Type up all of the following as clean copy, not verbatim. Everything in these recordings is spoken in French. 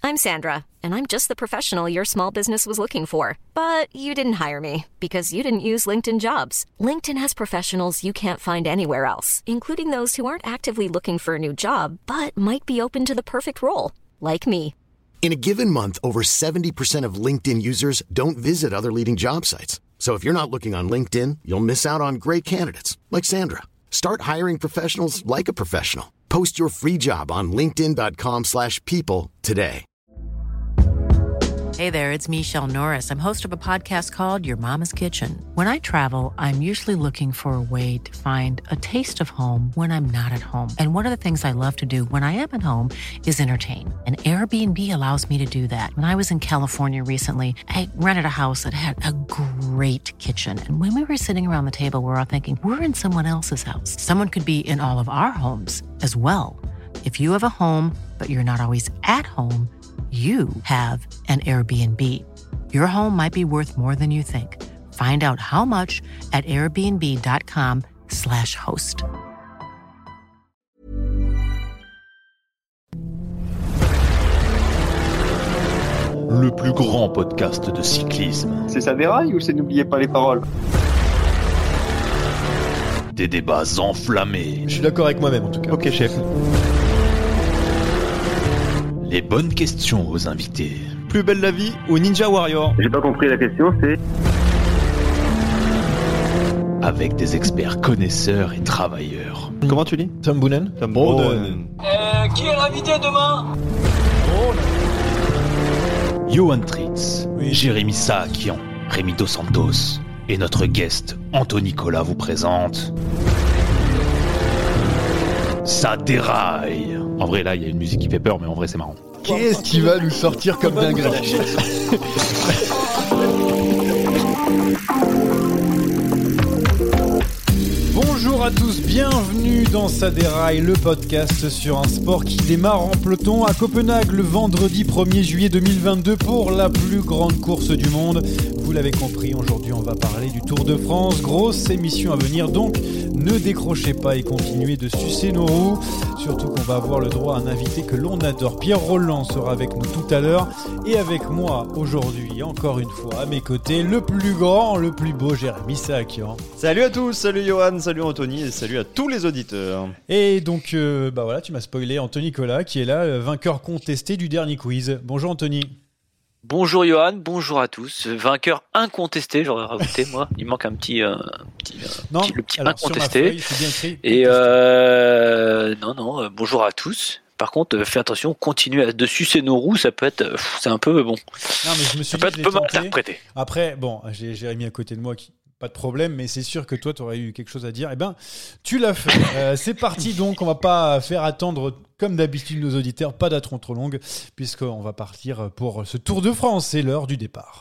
I'm Sandra, and I'm just the professional your small business was looking for. But you didn't hire me because you didn't use LinkedIn Jobs. LinkedIn has professionals you can't find anywhere else, including those who aren't actively looking for a new job, but might be open to the perfect role, like me. In a given month, over 70% of LinkedIn users don't visit other leading job sites. So if you're not looking on LinkedIn, you'll miss out on great candidates like Sandra. Start hiring professionals like a professional. Post your free job on linkedin.com/people today. Hey there, it's Michelle Norris. I'm host of a podcast called Your Mama's Kitchen. When I travel, I'm usually looking for a way to find a taste of home when I'm not at home. And one of the things I love to do when I am at home is entertain. And Airbnb allows me to do that. When I was in California recently, I rented a house that had a great kitchen. And when we were sitting around the table, we're all thinking, we're in someone else's house. Someone could be in all of our homes as well. If you have a home, but you're not always at home, you have an Airbnb. Your home might be worth more than you think. Find out how much at airbnb.com/host. Le plus grand podcast de cyclisme. C'est ça déraille ou c'est n'oubliez pas les paroles? Des débats enflammés. Je suis d'accord avec moi-même en tout cas. Ok chef. Les bonnes questions aux invités. Plus belle la vie ou Ninja Warrior? J'ai pas compris la question, c'est... Avec des experts connaisseurs et travailleurs. Comment tu dis? Tom Boonen? Tom Boonen. Qui est l'invité demain? Johan Tritz, Oui. Jérémy Saakian, Rémi Dos Santos et notre guest Anthony Nicolas vous présente... Ça déraille. En vrai, là, il y a une musique qui fait peur, mais en vrai, c'est marrant. Qu'est-ce qui va nous sortir comme dinguerie? Bonjour à tous, bienvenue dans Ça déraille, le podcast sur un sport qui démarre en peloton à Copenhague le vendredi 1er juillet 2022 pour la plus grande course du monde. Vous l'avez compris, aujourd'hui on va parler du Tour de France, grosse émission à venir, donc ne décrochez pas et continuez de sucer nos roues, surtout qu'on va avoir le droit à un invité que l'on adore. Pierre Rolland sera avec nous tout à l'heure et avec moi aujourd'hui, encore une fois à mes côtés, le plus grand, le plus beau Jérémy Saakian. Salut à tous, salut Johan, salut Anthony et salut à tous les auditeurs. Et donc, bah voilà, tu m'as spoilé Anthony Nicolas qui est là, vainqueur contesté du dernier quiz. Bonjour Anthony. Bonjour Johan, bonjour à tous. Vainqueur incontesté, j'aurais rajouté moi. Il manque un petit, Non, le petit alors, sur ma incontesté. feuille, c'est bien écrit. Et bonjour à tous. Par contre, fais attention, continuez de sucer nos roues, ça peut être, c'est un peu bon. Non, mais je me suis Ça dit peut que être je un l'ai peu mal tenté. interprété. Après, bon, j'ai Jérémy à côté de moi qui... Pas de problème, mais c'est sûr que toi, tu aurais eu quelque chose à dire. Eh ben, tu l'as fait. C'est parti donc, on va pas faire attendre, comme d'habitude, nos auditeurs, pas d'attente trop longue, puisqu'on va partir pour ce Tour de France. C'est l'heure du départ.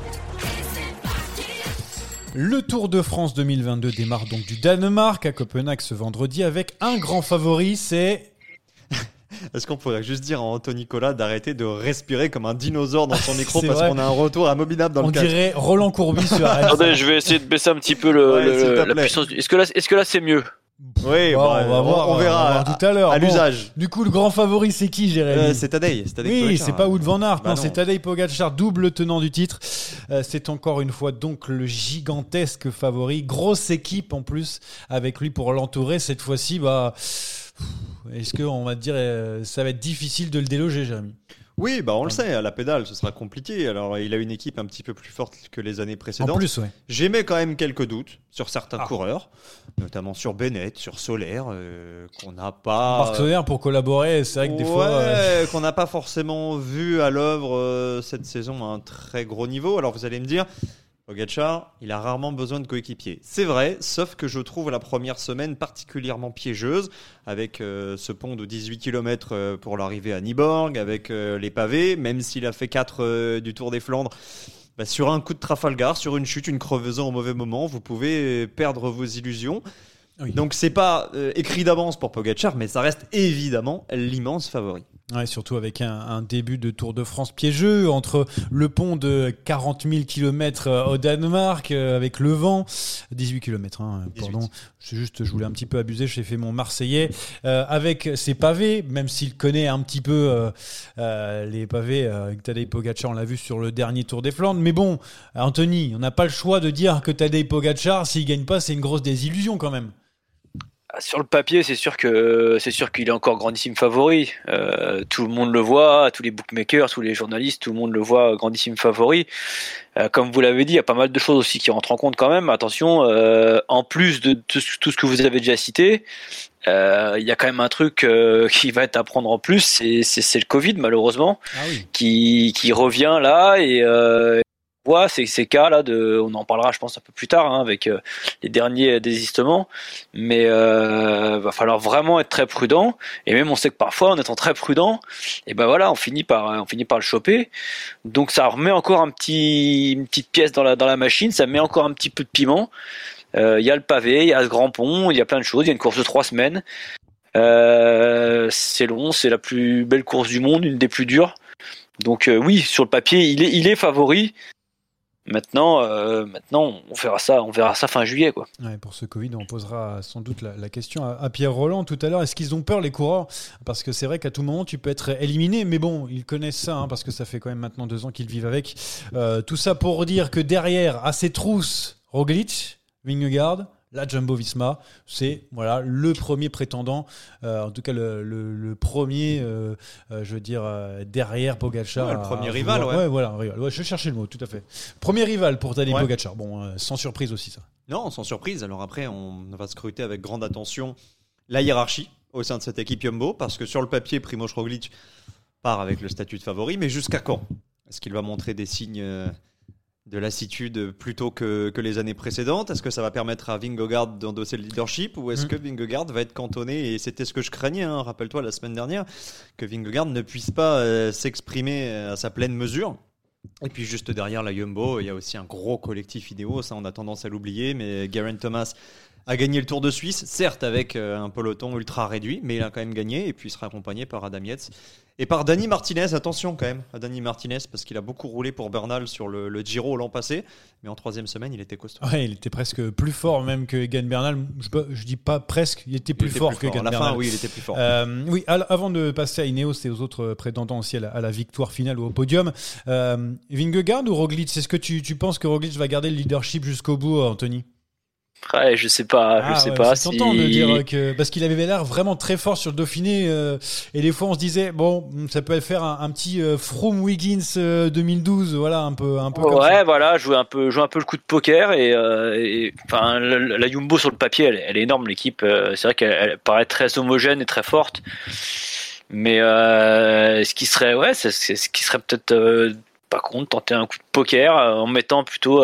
Le Tour de France 2022 démarre donc du Danemark à Copenhague ce vendredi avec un grand favori, c'est... Est-ce qu'on pourrait juste dire à Anthony Nicolas d'arrêter de respirer comme un dinosaure dans son micro C'est parce vrai. qu'on a un retour abominable dans On le casque. dirait Roland Courbis sur RMC. Attendez, je vais essayer de baisser un petit peu s'il te la plaît. puissance. Est-ce que là c'est mieux? Oui, Bon, bah, on va voir, on verra tout à l'heure. à Bon, l'usage. Du coup, le grand favori, c'est qui, Jérémy? C'est Tadej. C'est Tadej Oui, Pogačar. c'est pas Wout van Aert, Bah non, non. c'est Tadej Pogačar, double tenant du titre. C'est encore une fois donc le gigantesque favori, grosse équipe en plus avec lui pour l'entourer. Cette fois-ci, bah, est-ce qu'on va te dire, ça va être difficile de le déloger, Jérémy? Oui, bah on le sait, à la pédale, ce sera compliqué. Alors, il a une équipe un petit peu plus forte que les années précédentes. En plus, ouais. J'émets quand même quelques doutes sur certains Ah. coureurs, notamment sur Bennett, sur Soler, qu'on n'a pas... Marc Soler pour collaborer, c'est vrai que des fois. qu'on n'a pas forcément vu à l'œuvre cette saison à un très gros niveau. Alors vous allez me dire, Pogačar, il a rarement besoin de coéquipiers. C'est vrai, sauf que je trouve la première semaine particulièrement piégeuse, avec ce pont de 18 km pour l'arrivée à Nyborg, avec les pavés, même s'il a fait 4 du Tour des Flandres. Bah, sur un coup de Trafalgar, sur une chute, une crevaison au mauvais moment, vous pouvez perdre vos illusions. Oui. Donc c'est pas écrit d'avance pour Pogačar, mais ça reste évidemment l'immense favori. Ouais, surtout avec un début de Tour de France piégeux entre le pont de 40 000 km au Danemark avec le vent, 18 km, pardon. Je voulais un petit peu abuser, j'ai fait mon Marseillais avec ses pavés, même s'il connaît un petit peu les pavés. Tadej Pogačar, on l'a vu sur le dernier Tour des Flandres. Mais bon, Anthony, on n'a pas le choix de dire que Tadej Pogačar, s'il gagne pas, c'est une grosse désillusion quand même. Sur le papier, c'est sûr qu'il est encore grandissime favori. Tout le monde le voit, tous les bookmakers, tous les journalistes, tout le monde le voit grandissime favori. Comme vous l'avez dit, il y a pas mal de choses aussi qui rentrent en compte quand même. Attention, en plus de tout ce que vous avez déjà cité, il y a quand même un truc qui va être à prendre en plus, c'est le Covid malheureusement, qui revient là et ces cas là on en parlera je pense un peu plus tard avec les derniers désistements, mais va falloir vraiment être très prudent, et même on sait que parfois en étant très prudent, et ben voilà, on finit par le choper, donc ça remet encore une petite pièce dans la machine, ça met encore un petit peu de piment. Il y a le pavé, il y a ce grand pont, il y a plein de choses, il y a une course de 3 semaines, c'est long, c'est la plus belle course du monde, une des plus dures, donc oui, sur le papier il est favori. Maintenant, on verra ça fin juillet, quoi. Ouais, pour ce Covid, on posera sans doute la question à Pierre Roland tout à l'heure. Est-ce qu'ils ont peur, les coureurs ? Parce que c'est vrai qu'à tout moment, tu peux être éliminé. Mais bon, ils connaissent ça, parce que ça fait quand même maintenant 2 ans qu'ils vivent avec. Tout ça pour dire que derrière, à ces trousses, Roglic, Vingegaard, la Jumbo-Visma, c'est le premier prétendant, en tout cas le premier, je veux dire, derrière Pogačar. Ouais, le premier rival, rival. Ouais, je cherchais le mot, tout à fait. Premier rival pour Tadej Pogačar. Bon, sans surprise aussi, ça. Non, sans surprise. Alors après, on va scruter avec grande attention la hiérarchie au sein de cette équipe Jumbo, parce que sur le papier, Primož Roglic part avec le statut de favori, mais jusqu'à quand ? Est-ce qu'il va montrer des signes de lassitude plutôt que les années précédentes? Est-ce que ça va permettre à Vingegaard d'endosser le leadership, ou est-ce que Vingegaard va être cantonné, et c'était ce que je craignais, rappelle-toi la semaine dernière, que Vingegaard ne puisse pas s'exprimer à sa pleine mesure. Et puis juste derrière la Jumbo, il y a aussi un gros collectif Ineos, ça on a tendance à l'oublier, mais Geraint Thomas a gagné le Tour de Suisse, certes avec un peloton ultra réduit, mais il a quand même gagné, et puis il sera accompagné par Adam Yates et par Dani Martinez. Attention quand même à Dani Martinez, parce qu'il a beaucoup roulé pour Bernal sur le Giro l'an passé, mais en 3e semaine il était costaud. Ouais, il était presque plus fort même que Egan Bernal. Je dis pas presque, il était plus fort que Egan Bernal. À la fin, oui, il était plus fort. Avant de passer à Ineos et aux autres prétendants aussi à la victoire finale ou au podium, Vingegaard ou Roglic, est-ce que tu penses que Roglic va garder le leadership jusqu'au bout, Anthony ? Ouais, je sais pas. C'est tentant de dire que, parce qu'il avait l'air vraiment très fort sur le Dauphiné, et des fois on se disait bon, ça peut faire un petit Froome-Wiggins 2012, voilà, un peu comme ça. Voilà, jouer un peu le coup de poker, et enfin la Jumbo sur le papier, elle est énorme, l'équipe. C'est vrai qu'elle paraît très homogène et très forte, mais ce qui serait peut-être pas con de tenter un coup de poker en mettant plutôt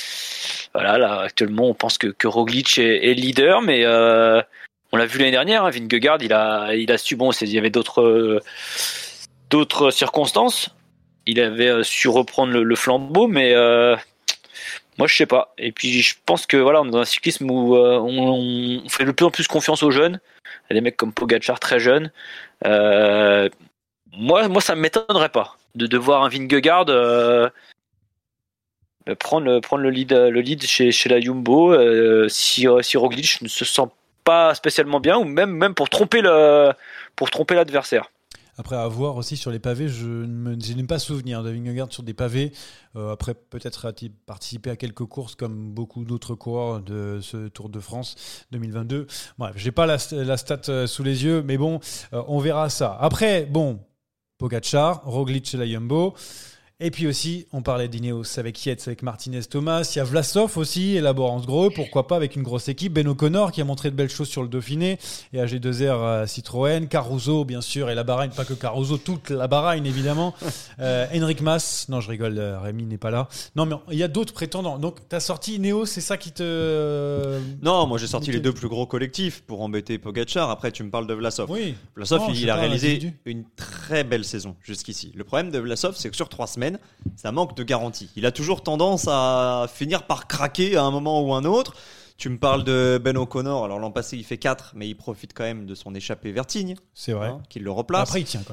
là actuellement on pense que Roglic est leader, mais on l'a vu l'année dernière, Vingegaard il a su, bon, il y avait d'autres circonstances, il avait su reprendre le flambeau, mais moi je sais pas. Et puis je pense que on est dans un cyclisme où on fait de plus en plus confiance aux jeunes, il y a des mecs comme Pogačar très jeunes, moi ça m'étonnerait pas de voir un Vingegaard prendre le lead chez la Jumbo, si Roglic ne se sent pas spécialement bien, ou même pour tromper l'adversaire. Après, à voir aussi sur les pavés, je n'ai pas souvenir de Vingegaard sur des pavés. Après, peut-être a-t-il participé à quelques courses comme beaucoup d'autres coureurs de ce Tour de France 2022. Bref, j'ai pas la stat sous les yeux, mais bon, on verra ça. Après, bon, Pogačar, Roglic chez la Jumbo. Et puis aussi, on parlait d'Ineos avec Yates, avec Martinez, Thomas. Il y a Vlasov aussi, et Laborance Gros, pourquoi pas avec une grosse équipe. Ben O'Connor qui a montré de belles choses sur le Dauphiné, et AG2R Citroën, Caruso bien sûr, et la Bahreïn, pas que Caruso, toute la Bahreïn évidemment. Henrik Mas, non je rigole, Rémi n'est pas là. Non mais il y a d'autres prétendants. Donc t'as sorti Ineos, c'est ça qui te... Non, moi j'ai sorti les 2 plus gros collectifs pour embêter Pogačar. Après tu me parles de Vlasov. Oui. Vlasov, il a réalisé une très belle saison jusqu'ici. Le problème de Vlasov, c'est que sur 3 semaines, ça manque de garantie. Il a toujours tendance à finir par craquer à un moment ou un autre. Tu me parles de Ben O'Connor. Alors l'an passé, il fait 4, mais il profite quand même de son échappée Vertigne. C'est vrai. Qu'il le replace. Après, il tient quand même.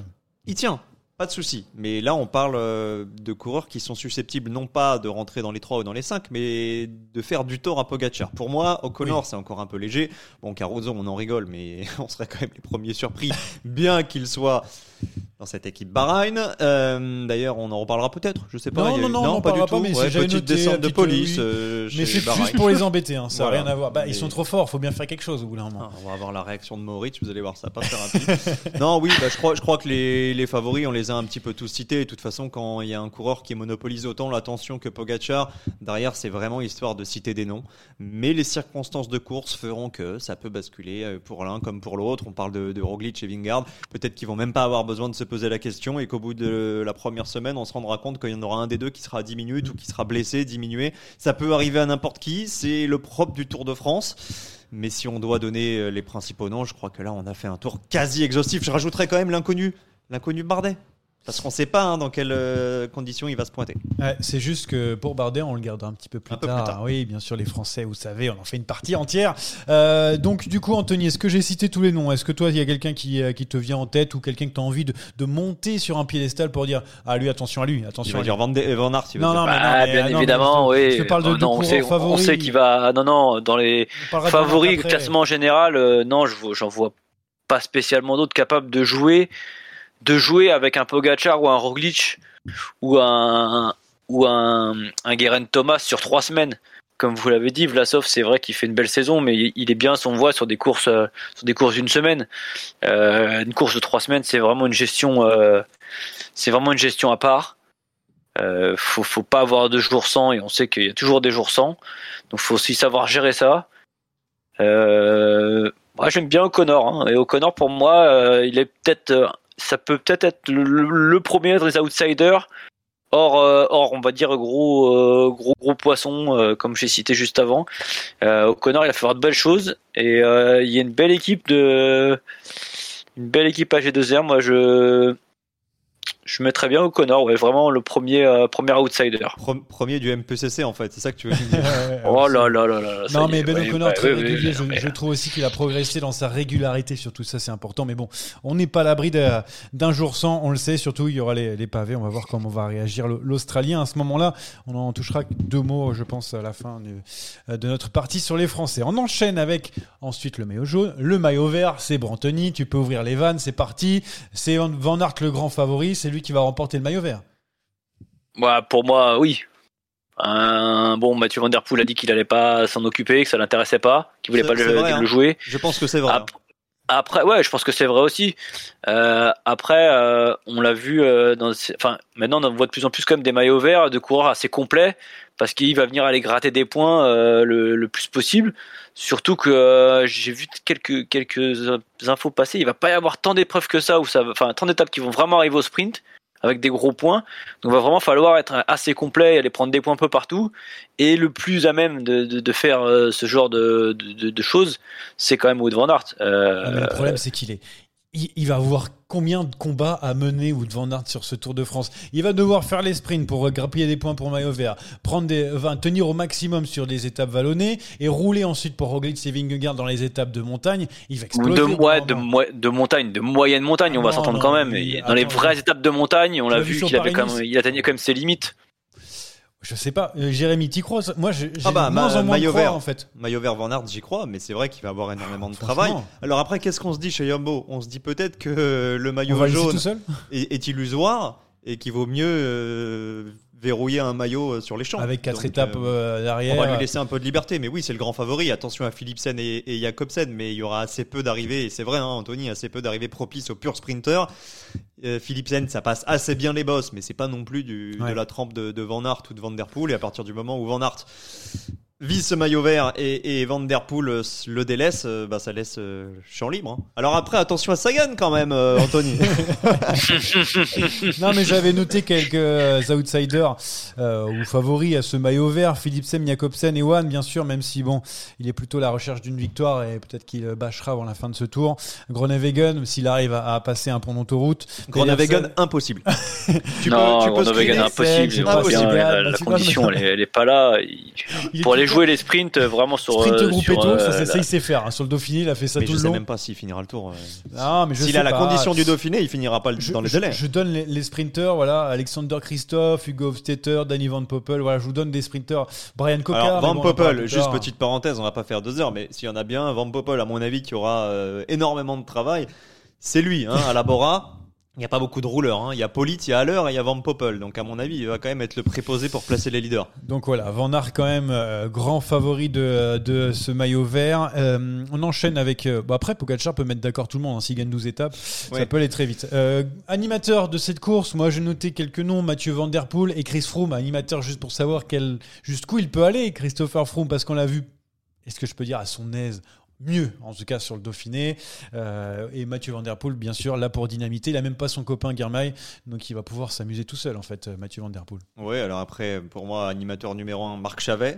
il tient. Pas de souci. Mais là, on parle de coureurs qui sont susceptibles non pas de rentrer dans les 3 ou dans les 5, mais de faire du tort à Pogacar. Pour moi, O'Connor, c'est encore un peu léger. Bon, Caruso, on en rigole, mais on serait quand même les premiers surpris, bien qu'il soit dans cette équipe Bahreïn. D'ailleurs, on en reparlera peut-être. Je sais pas. Non, pas du tout. Mais ouais, j'avais petite noté descente de police. Mais c'est Bahreïn. juste pour les embêter. Ça n'a Voilà. rien à voir. Ils sont trop forts. Faut bien faire quelque chose au bout d'un moment. On va avoir la réaction de Moritz. Vous allez voir, ça va pas très rapide. Non, oui, je crois que les favoris, on les a un petit peu tous cités. Et de toute façon, quand il y a un coureur qui monopolise autant l'attention que Pogacar, derrière, c'est vraiment histoire de citer des noms. Mais les circonstances de course feront que ça peut basculer pour l'un comme pour l'autre. On parle de Roglic et Vingegaard. Peut-être qu'ils vont même pas avoir besoin de se poser la question et qu'au bout de la première semaine, on se rendra compte qu'il y en aura un des deux qui sera à 10 minutes ou qui sera blessé, diminué. Ça peut arriver à n'importe qui. C'est le propre du Tour de France. Mais si on doit donner les principaux noms, je crois que là, on a fait un tour quasi exhaustif. Je rajouterais quand même l'inconnu Bardet. Parce qu'on ne sait pas dans quelles conditions il va se pointer. Ouais, c'est juste que pour Bardet, on le gardera un petit peu plus tard. Oui, bien sûr, les Français, vous savez, on en fait une partie entière. Donc, du coup, Anthony, est-ce que j'ai cité tous les noms ? Est-ce que toi, il y a quelqu'un qui te vient en tête ou quelqu'un que tu as envie de monter sur un piédestal pour dire lui, attention à lui, attention à lui. Il va dire Van Aert. Bien évidemment, oui. Je te parle de deux coureurs favoris. On sait qu'il va. Non, dans les favoris, classement en général, non, j'en vois pas spécialement d'autres capables de jouer avec un Pogacar ou un Roglic ou un Geraint Thomas sur 3 semaines. Comme vous l'avez dit, Vlasov, c'est vrai qu'il fait une belle saison, mais il est bien son voie sur des courses d'une semaine. Une course de 3 semaines, c'est vraiment une gestion à part. Faut pas avoir de jours sans, et on sait qu'il y a toujours des jours sans. Donc faut aussi savoir gérer ça. Moi, j'aime bien O'Connor, et O'Connor, pour moi, il est ça peut peut-être être le premier des outsiders. Or, on va dire gros poisson, comme j'ai cité juste avant. O'Connor, il va faire de belles choses, et il y a une belle équipe AG2R. Moi, je mettrais bien O'Connor, vraiment le premier outsider. Premier du MPCC, en fait, c'est ça que tu veux dire. Oh là là là là. Non, mais Ben O'Connor, très régulier. Je trouve aussi qu'il a progressé dans sa régularité, surtout ça, c'est important. Mais bon, on n'est pas à l'abri d'un jour sans, on le sait. Surtout, il y aura les pavés. On va voir comment va réagir l'Australien à ce moment-là. On en touchera 2 mots, je pense, à la fin de notre partie sur les Français. On enchaîne avec ensuite le maillot jaune, le maillot vert. C'est Brantoni. Tu peux ouvrir les vannes. C'est parti. C'est Van Aert le grand favori. C'est lui qui va remporter le maillot vert. Pour moi, oui. Mathieu Van Der Poel a dit qu'il allait pas s'en occuper, que ça l'intéressait pas, qu'il voulait pas le jouer. Je pense que c'est vrai. Après, ouais, je pense que c'est vrai aussi. Après, on l'a vu maintenant on voit de plus en plus comme des maillots verts de coureurs assez complets, parce qu'il va venir aller gratter des points le plus possible. Surtout que j'ai vu quelques infos passer, il va pas y avoir tant d'épreuves que ça, tant d'étapes qui vont vraiment arriver au sprint avec des gros points. Donc il va vraiment falloir être assez complet et aller prendre des points un peu partout. Et le plus à même de faire ce genre de choses, c'est quand même Wout van Aert. Mais le problème, c'est il va avoir combien de combats à mener Wout van Aert sur ce Tour de France ? Il va devoir faire les sprints pour grappiller des points pour maillot vert, tenir au maximum sur des étapes vallonnées et rouler ensuite pour Roglic et Vingegaard dans les étapes de montagne. Il va exploser. De montagne, de moyenne montagne, on va s'entendre quand même. Dans les vraies étapes de montagne, on l'a vu qu'il atteignait quand même ses limites. Je sais pas, Jérémy, t'y crois ? Moi, j'ai maillot vert en fait. Maillot vert Van Aert, j'y crois, mais c'est vrai qu'il va avoir énormément de travail. Alors après, qu'est-ce qu'on se dit chez Jumbo ? On se dit peut-être que le maillot jaune est illusoire et qu'il vaut mieux verrouiller un maillot sur les champs. Avec 4 étapes derrière. On va lui laisser un peu de liberté, mais oui, c'est le grand favori. Attention à Philipsen et Jacobsen, mais il y aura assez peu d'arrivées, et c'est vrai, Anthony, assez peu d'arrivées propices aux purs sprinters. Philipsen, ça passe assez bien les bosses, mais c'est pas non plus de la trempe de Van Aert ou de Van Der Poel. Et à partir du moment où Van Aert vise ce maillot vert et Van Der Poel le délaisse, ça laisse champ libre. Alors après, attention à Sagan quand même, Anthony. Non, mais j'avais noté quelques outsiders ou favoris à ce maillot vert. Philipsen, Jacobsen et Wan, bien sûr, même si il est plutôt à la recherche d'une victoire et peut-être qu'il bâchera avant la fin de ce tour. Groenewegen, s'il arrive à passer un pont d'autoroute. Groenewegen, impossible. Groenewegen, impossible. La condition, elle est pas là. Pour aller jouer jouer les sprints vraiment sur. Sprint sur, gruppetto, ça il sait faire. Hein. Sur le Dauphiné, il a fait ça mais tout je le sais long. même pas s'il finira le tour. Non, mais s'il a la condition du Dauphiné, il finira pas dans les délais. Je donne les sprinters, voilà, Alexander Christophe, Hugo Hofstetter, Danny Van Poppel, voilà, je vous donne des sprinters. Brian Coca. Alors Van Poppel, juste petite parenthèse, on va pas faire 2 heures, mais s'il y en a bien, Van Poppel, à mon avis, qui aura énormément de travail, c'est lui, hein, à la Bora. Il n'y a pas beaucoup de rouleurs, hein. Il y a Polit, il y a Haller et il y a Van Poppel. Donc à mon avis, il va quand même être le préposé pour placer les leaders. Donc voilà, Van Aert quand même grand favori de ce maillot vert. On enchaîne avec... après, Pogacar peut mettre d'accord tout le monde. Hein, s'il gagne 12 étapes, ça peut aller très vite. Animateur de cette course, moi j'ai noté quelques noms. Mathieu Van Der Poel et Chris Froome. Animateur juste pour savoir jusqu'où il peut aller, Christopher Froome, parce qu'on l'a vu, est-ce que je peux dire à son aise, mieux en tout cas sur le Dauphiné, et Mathieu Van Der Poel bien sûr là pour dynamiter. Il a même pas son copain Girmay, donc il va pouvoir s'amuser tout seul en fait, Mathieu Van Der Poel. Ouais, alors après pour moi animateur numéro 1 Marc Chavet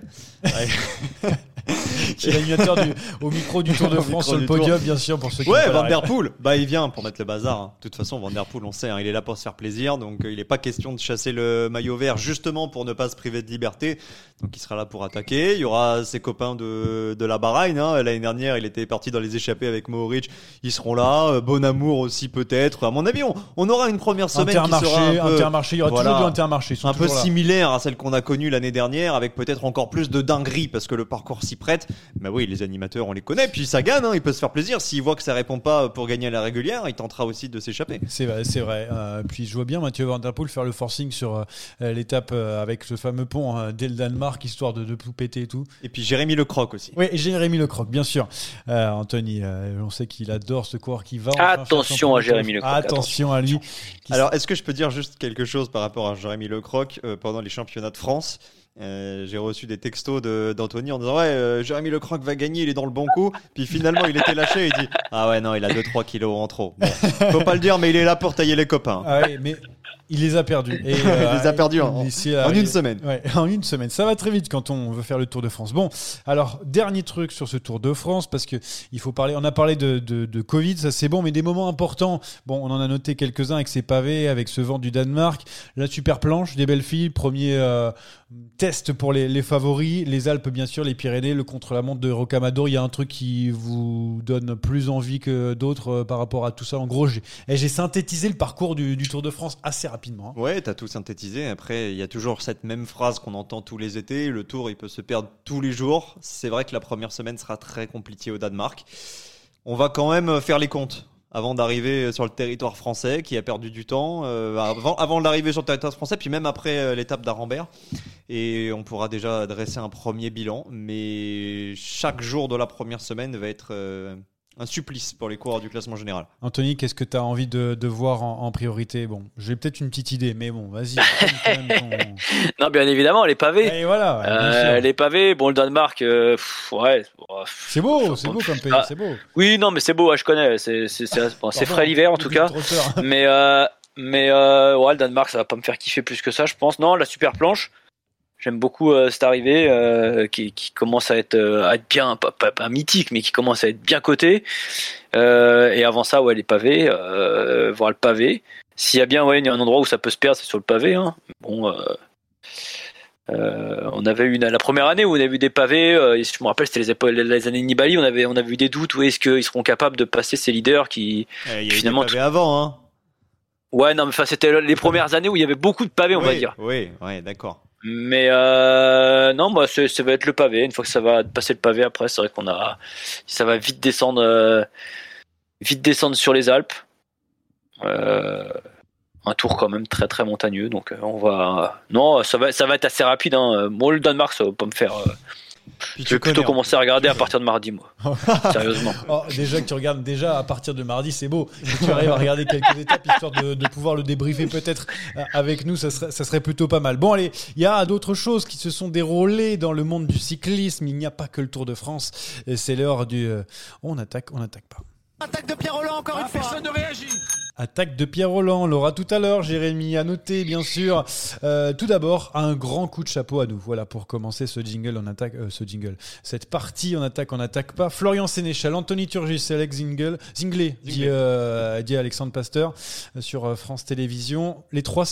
qui est l'animateur au micro du Tour de France sur le podium bien sûr pour ceux qui Van Der Poel, il vient pour mettre le bazar, hein. De toute façon Van Der Poel on sait, hein, il est là pour se faire plaisir, donc il n'est pas question de chasser le maillot vert justement pour ne pas se priver de liberté, donc il sera là pour attaquer. Il y aura ses copains de la Bahreïn, hein. L'année dernière il était parti dans les échappées avec Mohoric, ils seront là. Bonamour aussi peut-être. À mon avis, on aura une première semaine qui sera un peu Intermarché, il y aura toujours du Intermarché. Un peu similaire à celle qu'on a connue l'année dernière, avec peut-être encore plus de dinguerie parce que le parcours s'y prête. Mais oui, les animateurs, on les connaît. Puis Sagan, hein, il peut se faire plaisir. S'il voit que ça répond pas pour gagner à la régulière, il tentera aussi de s'échapper. C'est vrai. Puis je vois bien Mathieu Van Der Poel faire le forcing sur l'étape avec ce fameux pont dès le Danemark, histoire de tout péter et tout. Et puis Jérémy Lecroc aussi. Oui, et Jérémy Lecroc, bien sûr. Anthony, on sait qu'il adore ce coureur qui va. Attention à Jérémy Lecroc. Attention à lui. Alors, est-ce que je peux dire juste quelque chose par rapport à Jérémy Lecroc pendant les championnats de France? J'ai reçu des textos d'Anthony en disant Jérémy Lecroc va gagner, il est dans le bon coup. Puis finalement il était lâché, il dit ah ouais non, il a 2-3 kilos en trop. Bon, faut pas le dire, mais il est là pour tailler les copains. Ah oui, mais il les a perdus. Et, il les a perdus en une semaine. Ouais, en une semaine. Ça va très vite quand on veut faire le Tour de France. Bon, alors dernier truc sur ce Tour de France, parce que il faut parler. On a parlé de Covid, ça c'est bon, mais des moments importants. Bon, on en a noté quelques-uns avec ces pavés, avec ce vent du Danemark, la super planche des belles filles, premier test pour les favoris, les Alpes bien sûr, les Pyrénées, le contre-la-montre de Rocamadour. Il y a un truc qui vous donne plus envie que d'autres par rapport à tout ça. En gros, j'ai synthétisé le parcours du Tour de France assez rapidement. Hein. Ouais, t'as tout synthétisé. Après, il y a toujours cette même phrase qu'on entend tous les étés. Le Tour, il peut se perdre tous les jours. C'est vrai que la première semaine sera très compliquée au Danemark. On va quand même faire les comptes avant d'arriver sur le territoire français, qui a perdu du temps avant d'arriver sur le territoire français, puis même après l'étape d'Arambert. Et on pourra déjà dresser un premier bilan. Mais chaque jour de la première semaine va être un supplice pour les coureurs du classement général. Anthony, qu'est-ce que tu as envie de voir en priorité? Bon, j'ai peut-être une petite idée, mais bon, vas-y. Non, bien évidemment, les pavés. Et voilà, les pavés, bon, le Danemark, ouais. C'est beau comme pays, c'est beau. Oui, non, mais c'est beau, ouais, je connais. C'est frais l'hiver en tout cas. Mais ouais, le Danemark, ça va pas me faire kiffer plus que ça, je pense. Non, la super planche. J'aime beaucoup cette arrivée qui commence à être bien, pas mythique, mais qui commence à être bien cotée. Et avant ça, ouais, les pavés, voir le pavé. S'il y a bien il y a un endroit où ça peut se perdre, c'est sur le pavé. Hein. Bon, on avait eu la première année où on a vu des pavés. Je me rappelle, c'était les années Nibali. On avait eu des doutes où est-ce qu'ils seront capables de passer ces leaders qui il y a finalement eu des pavés avant. Hein. Ouais, non, mais c'était les premières années où il y avait beaucoup de pavés, on va dire. Oui, d'accord. Mais non, moi ça va être le pavé. Une fois que ça va passer le pavé, après c'est vrai ça va vite descendre sur les Alpes. Un tour quand même très très montagneux, donc ça va être assez rapide. Hein. Moi le Danemark ça va pas me faire. Je vais plutôt commencer à regarder à partir de mardi, moi. Sérieusement. Déjà que tu regardes déjà à partir de mardi, c'est beau. Si tu arrives à regarder quelques étapes histoire de pouvoir le débriefer peut-être avec nous, ça serait plutôt pas mal. Bon allez, il y a d'autres choses qui se sont déroulées dans le monde du cyclisme. Il n'y a pas que le Tour de France. Et c'est l'heure du on attaque pas. Attaque de Pierre Rolland encore une fois. Personne ne réagit. Attaque de Pierre Rolland, on l'aura tout à l'heure, Jérémy, à noter bien sûr. Tout d'abord, un grand coup de chapeau à nous. Voilà, pour commencer ce jingle, on attaque, cette partie, on attaque pas. Florian Sénéchal, Anthony Turgis et Alex Zinglé, dit Alexandre Pasteur sur France Télévisions. Les trois, ça ne vous dit rien ?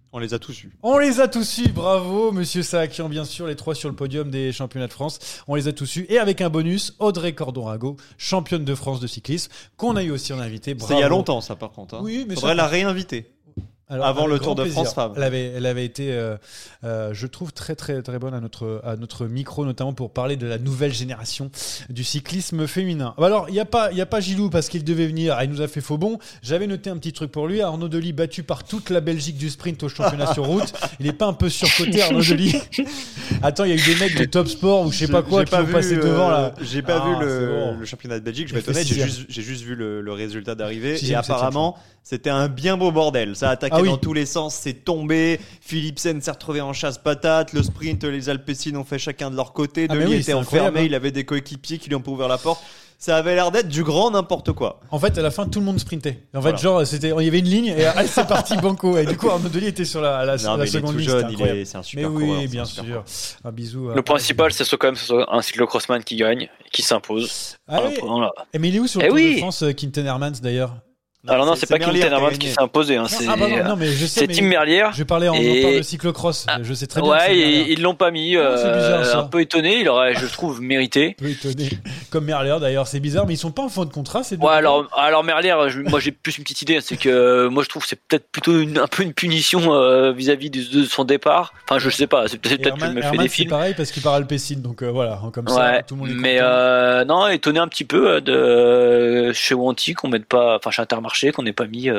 On les a tous eus. On les a tous eus, bravo Monsieur Saakian, bien sûr, les 3 sur le podium des championnats de France. On les a tous eus. Et avec un bonus, Audrey Cordon-Rago, championne de France de cyclisme, qu'on a eu aussi en invité. Bravo. C'était il y a longtemps ça par contre. Oui, mais faudrait la réinviter. Alors, avant le Tour de plaisir. France femmes. Elle avait été, je trouve, très très très bonne à notre micro, notamment pour parler de la nouvelle génération du cyclisme féminin. Alors, il y a pas Gilou parce qu'il devait venir, il nous a fait faux bon. J'avais noté un petit truc pour lui. Arnaud Delis battu par toute la Belgique du sprint au championnat sur route. Il est pas un peu surcoté, Arnaud Delis? Attends, il y a eu des mecs de Top Sport ou je sais pas quoi qui ont passé devant là. J'ai pas vu le championnat de Belgique. Je vais être honnête, j'ai juste vu le résultat d'arrivée et apparemment c'était un bien beau bordel. Ça a attaqué dans tous les sens, c'est tombé. Philipsen s'est retrouvé en chasse-patate. Le sprint, les Alpecin ont fait chacun de leur côté. Delis était enfermé, il avait des coéquipiers qui lui ont pas ouvert la porte. Ça avait l'air d'être du grand n'importe quoi. En fait, à la fin, tout le monde sprintait. En fait, genre, il y avait une ligne et c'est parti banco. Et du coup, Arnaud Delis était sur la seconde ligne. C'est un super coureur. Mais oui, bien sûr. Un bisou. Le principal, c'est quand même que ce soit un cyclocrossman qui gagne, qui s'impose. Mais il est où sur le Tour de France, Quinten Hermans d'ailleurs? Alors non, c'est pas Quinten Hermans qui s'est imposé. C'est Tim Merlier. Je parlais on parle de cyclocross. Je sais très bien. Ouais, ils l'ont pas mis. C'est bizarre, un peu étonné. Il aurait, je trouve, mérité. Un peu étonné. Comme Merlier d'ailleurs, c'est bizarre, mais ils sont pas en fin de contrat. Ouais, alors Merlier, moi j'ai plus une petite idée, c'est que moi je trouve que c'est peut-être plutôt un peu une punition vis-à-vis de son départ. Enfin, je sais pas. C'est peut-être que je me fais des films. C'est pareil parce qu'il part Alpecin, donc voilà, comme ça, tout le monde est content. Mais non, étonné un petit peu de chez Wanty qu'on mette pas, enfin chez Intermarché. Qu'on n'ait pas mis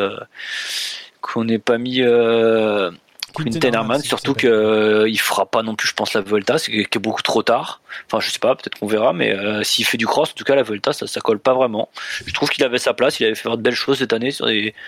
Quinten Hermans, surtout qu'il fera pas non plus, je pense, la Vuelta, c'est beaucoup trop tard. Enfin, je sais pas, peut-être qu'on verra, mais s'il fait du cross, en tout cas la Vuelta, ça colle pas vraiment. Je trouve qu'il avait sa place, il avait fait de belles choses cette année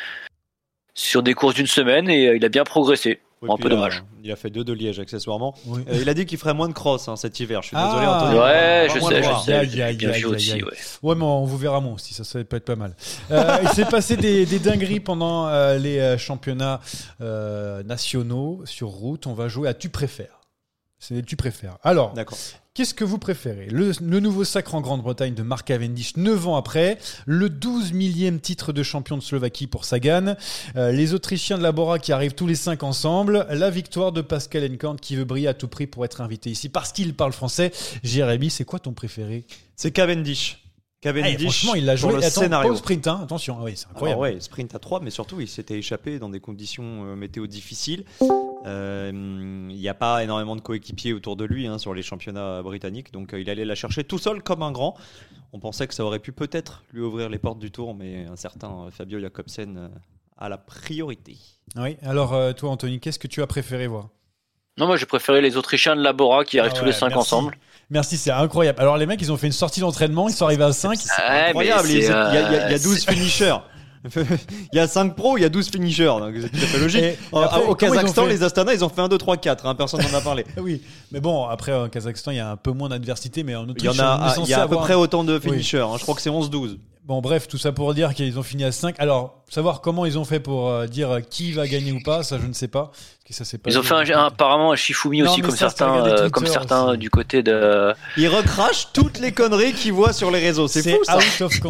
sur des courses d'une semaine et il a bien progressé. Un peu dommage. Il a fait 2 de Liège accessoirement. Oui. Il a dit qu'il ferait moins de cross cet hiver. Je suis désolé, Anthony. Ouais, je sais. Bien vu aussi. Ouais, mais on vous verra moins aussi. Ça peut être pas mal. Il s'est passé des dingueries pendant les championnats nationaux sur route. On va jouer à Tu préfères. C'est Tu préfères. Alors, d'accord. Qu'est-ce que vous préférez ? Le nouveau sacre en Grande-Bretagne de Mark Cavendish 9 ans après, le 12 millième titre de champion de Slovaquie pour Sagan, les Autrichiens de la Bora qui arrivent tous les 5 ensemble, la victoire de Pascal Encorn qui veut briller à tout prix pour être invité ici parce qu'il parle français. Jérémy, c'est quoi ton préféré ? C'est Cavendish. Franchement, il l'a joué. Pas au sprint, hein. Attention. Oui, c'est incroyable. Alors, sprint à 3, mais surtout, il s'était échappé dans des conditions météo difficiles. Il n'y a pas énormément de coéquipiers autour de lui sur les championnats britanniques, donc il allait la chercher tout seul comme un grand. On pensait que ça aurait pu peut-être lui ouvrir les portes du Tour, mais un certain Fabio Jakobsen a la priorité. Oui. Alors, toi, Anthony, qu'est-ce que tu as préféré voir ? Non, moi j'ai préféré les Autrichiens de la Bora qui arrivent tous les 5 ensemble. Merci, c'est incroyable. Alors les mecs, ils ont fait une sortie d'entraînement, ils sont arrivés à 5. C'est incroyable, il y a 12 finishers. Il y a 5 pros, il y a 12 finishers, donc c'est tout à fait logique. Après, au Kazakhstan, les Astana, ils ont fait 1, 2, 3, 4. Personne n'en a parlé. Oui, mais bon, après, au Kazakhstan, il y a un peu moins d'adversité, mais en Autriche, il y a à peu près autant de finishers. Je crois que c'est 11-12. Bon, bref, tout ça pour dire qu'ils ont fini à 5. Alors, savoir comment ils ont fait pour dire qui va gagner ou pas, ça, je ne sais pas. Ils ont fait apparemment un Shifumi aussi, comme certains du côté de. Ils recrachent toutes les conneries qu'ils voient sur les réseaux. C'est fou, ça. Out of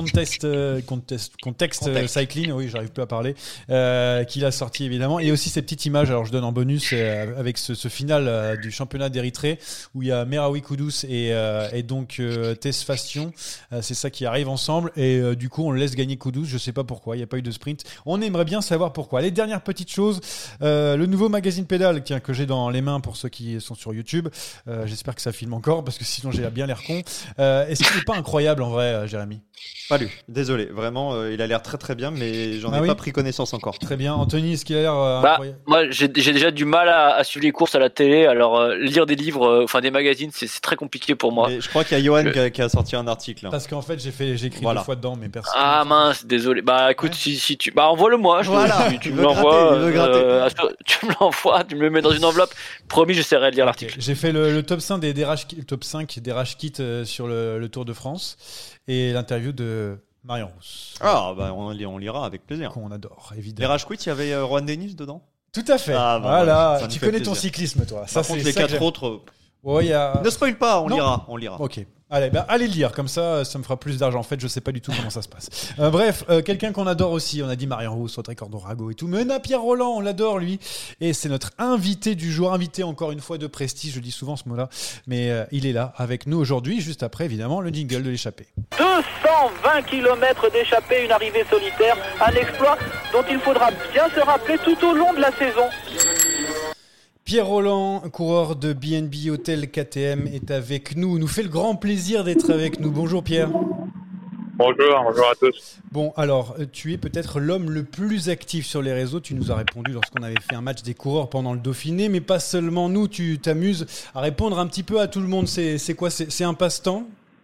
context cycling, oui, j'arrive plus à parler, qu'il a sorti évidemment. Et aussi ces petites images, alors je donne en bonus avec ce final du championnat d'Érythrée où il y a Meraoui Kudus et donc Tess Fastion. C'est ça qui arrive ensemble et du coup on laisse gagner Kudus. Je sais pas pourquoi, il n'y a pas eu de sprint. On aimerait bien savoir pourquoi. Les dernières petites choses, le nouveau magazine Pédale que j'ai dans les mains pour ceux qui sont sur YouTube. J'espère que ça filme encore parce que sinon j'ai bien l'air con. Est-ce qu'il n'est pas incroyable en vrai, Jérémy ? Pas lui, désolé. Vraiment, il a l'air très très bien, mais j'en ai pas pris connaissance encore. Très bien. Anthony, est-ce qu'il a l'air incroyable ? Moi, j'ai déjà du mal à suivre les courses à la télé. Alors, lire des livres, des magazines, c'est très compliqué pour moi. Et je crois qu'il y a Johan qui a sorti un article. Parce qu'en fait, j'ai écrit 2 fois dedans, mais personne. Ah mince, désolé. Écoute, si tu, envoie-le-moi. Tu me l'envoies. Tu me l'envoies, tu me le mets dans une enveloppe. Promis, j'essaierai de lire l'article. J'ai fait le top 5 des Rage Kit sur le Tour de France et l'interview de Marion Rousse. On lira avec plaisir. Qu'on adore, évidemment. Les Rage Quit, il y avait Juan Denis dedans ? Tout à fait. Voilà. Tu connais ton cyclisme, toi. Par contre, les 4 autres. Ne spoil pas, on lira. Ok. Allez le lire, comme ça me fera plus d'argent. En fait, je sais pas du tout comment ça se passe. Bref, quelqu'un qu'on adore aussi, on a dit Marion Rousse, Audrey Cordorago et tout, mais on a Pierre Rolland, on l'adore lui, et c'est notre invité du jour, invité encore une fois de prestige, je dis souvent ce mot-là, mais il est là avec nous aujourd'hui, juste après évidemment le jingle de l'échappée. 220 km d'échappée, une arrivée solitaire, un exploit dont il faudra bien se rappeler tout au long de la saison. Pierre Rolland, coureur de B&B Hotel KTM, est avec nous. Nous fait le grand plaisir d'être avec nous. Bonjour Pierre. Bonjour à tous. Bon, alors, tu es peut-être l'homme le plus actif sur les réseaux. Tu nous as répondu lorsqu'on avait fait un match des coureurs pendant le Dauphiné, mais pas seulement nous. Tu t'amuses à répondre un petit peu à tout le monde. C'est quoi ? C'est un passe-temps ?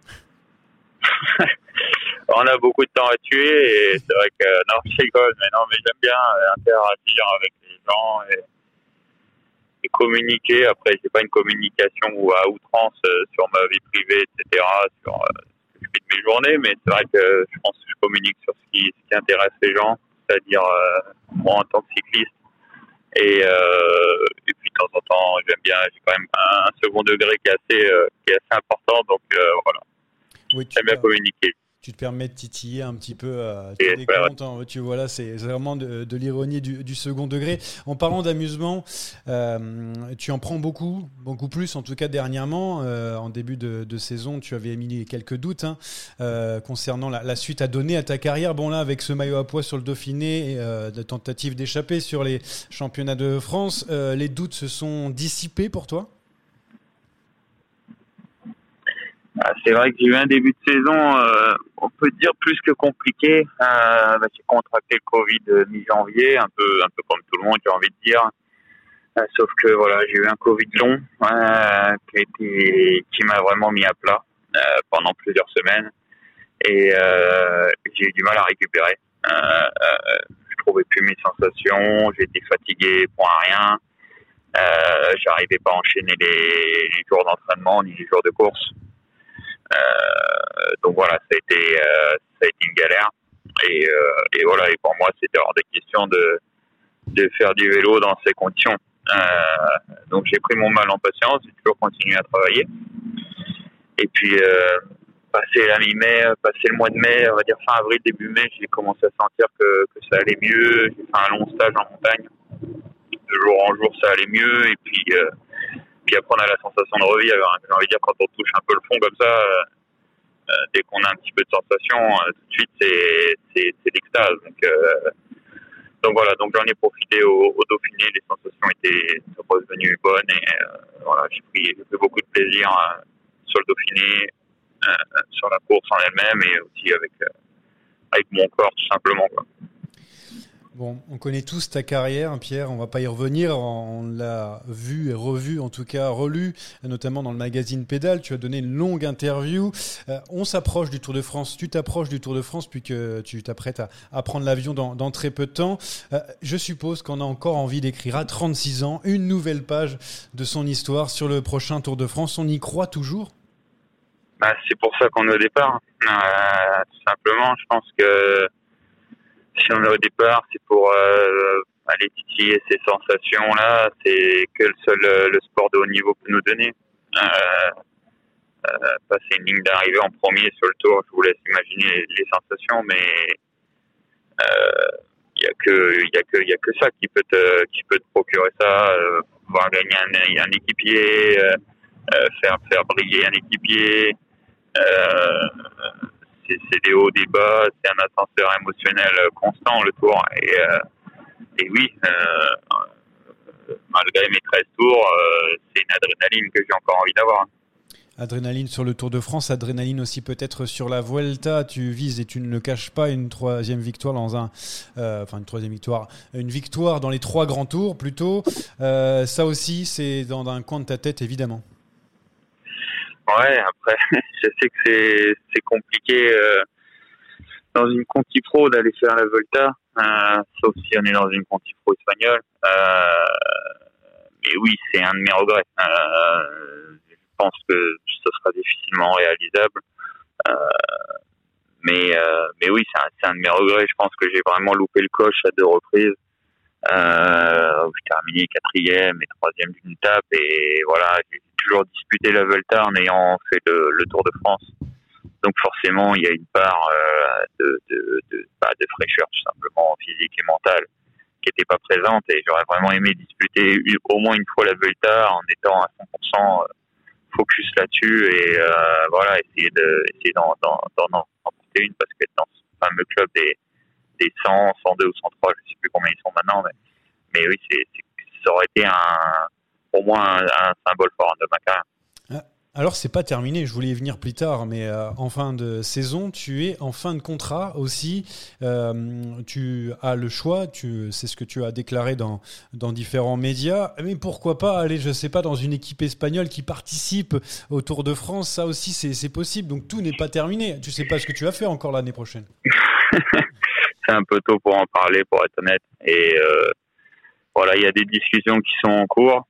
On a beaucoup de temps à tuer et c'est vrai que non, je rigole, mais j'aime bien interagir avec les gens et communiquer. Après, j'ai pas une communication à outrance sur ma vie privée, etc., sur ce que je fais de mes journées, mais c'est vrai que je pense que je communique sur ce qui intéresse les gens, c'est-à-dire moi en tant que cycliste. Et puis de temps en temps, j'aime bien, j'ai quand même un second degré qui est assez important, donc voilà. Oui, j'aime bien communiquer. Tu te permets de titiller un petit peu tous les comptes, hein, tu vois là, c'est vraiment de l'ironie du second degré. En parlant d'amusement, tu en prends beaucoup plus, en tout cas dernièrement. En début de saison, tu avais émis quelques doutes concernant la suite à donner à ta carrière. Bon là, avec ce maillot à pois sur le Dauphiné et de tentatives d'échapper sur les championnats de France, les doutes se sont dissipés pour toi ? C'est vrai que j'ai eu un début de saison, on peut dire plus que compliqué. J'ai contracté le Covid mi-janvier, un peu comme tout le monde, j'ai envie de dire. Sauf que voilà, j'ai eu un Covid long qui m'a vraiment mis à plat pendant plusieurs semaines et j'ai eu du mal à récupérer. Je trouvais plus mes sensations, j'étais fatigué pour rien. J'arrivais pas à enchaîner les jours d'entraînement ni les jours de course. Donc voilà, ça a été une galère et voilà, et pour moi c'était hors de question de faire du vélo dans ces conditions. Donc j'ai pris mon mal en patience, j'ai toujours continué à travailler et puis passé la mi-mai, passé le mois de mai, on va dire fin avril, début mai, j'ai commencé à sentir que ça allait mieux. J'ai fait un long stage en montagne, de jour en jour ça allait mieux et puis après on a la sensation de revivre. J'ai envie de dire, quand on touche un peu le fond comme ça, dès qu'on a un petit peu de sensation, tout de suite c'est l'extase. Donc voilà, donc j'en ai profité au Dauphiné, les sensations étaient revenues bonnes et voilà, j'ai pris beaucoup de plaisir sur le Dauphiné, sur la course en elle-même et aussi avec mon corps tout simplement, quoi. Bon, on connaît tous ta carrière, Pierre, on va pas y revenir, on l'a vu et revu, en tout cas relu, notamment dans le magazine Pédale, tu as donné une longue interview. On s'approche du Tour de France, tu t'approches du Tour de France puisque tu t'apprêtes à prendre l'avion dans très peu de temps. Je suppose qu'on a encore envie d'écrire à 36 ans une nouvelle page de son histoire sur le prochain Tour de France, on y croit toujours ? C'est pour ça qu'on est au départ, tout simplement. Je pense que si on est au départ, c'est pour aller titiller ces sensations-là. C'est que le sport de haut niveau peut nous donner. Passer une ligne d'arrivée en premier sur le tour, je vous laisse imaginer les sensations, mais il y a que ça qui peut te procurer ça. Voir gagner un équipier, faire briller un équipier. C'est des hauts, des bas, c'est un ascenseur émotionnel constant, le tour. Et oui, malgré mes 13 tours, c'est une adrénaline que j'ai encore envie d'avoir. Adrénaline sur le Tour de France, adrénaline aussi peut-être sur la Vuelta. Tu vises et tu ne le caches pas, une troisième victoire une victoire dans les 3 grands tours plutôt. Ça aussi, c'est dans un coin de ta tête évidemment. Ouais, après, je sais que c'est compliqué dans une Conti Pro d'aller faire la Volta, sauf si on est dans une Conti Pro espagnole. Mais oui, c'est un de mes regrets. Je pense que ce sera difficilement réalisable. Mais oui, c'est un de mes regrets. Je pense que j'ai vraiment loupé le coche à 2 reprises. J'ai terminé 4e et 3e d'une étape et voilà, j'ai toujours disputé la Vuelta en ayant fait le Tour de France. Donc forcément, il y a une part de fraîcheur, tout simplement, physique et mentale, qui n'était pas présente. Et j'aurais vraiment aimé disputer au moins une fois la Vuelta en étant à 100% focus là-dessus et voilà, essayer d'en emporter une, parce qu'être dans ce fameux club des 100, 102 ou 103, je ne sais plus combien ils sont maintenant, mais oui, ça aurait été pour moi un symbole fort de ma carrière. Alors, c'est pas terminé, je voulais y venir plus tard, mais en fin de saison, tu es en fin de contrat aussi. Tu as le choix, c'est ce que tu as déclaré dans différents médias. Mais pourquoi pas aller, je sais pas, dans une équipe espagnole qui participe au Tour de France? Ça aussi, c'est possible. Donc, tout n'est pas terminé. Tu sais pas ce que tu vas faire encore l'année prochaine. C'est un peu tôt pour en parler, pour être honnête. Et voilà, il y a des discussions qui sont en cours.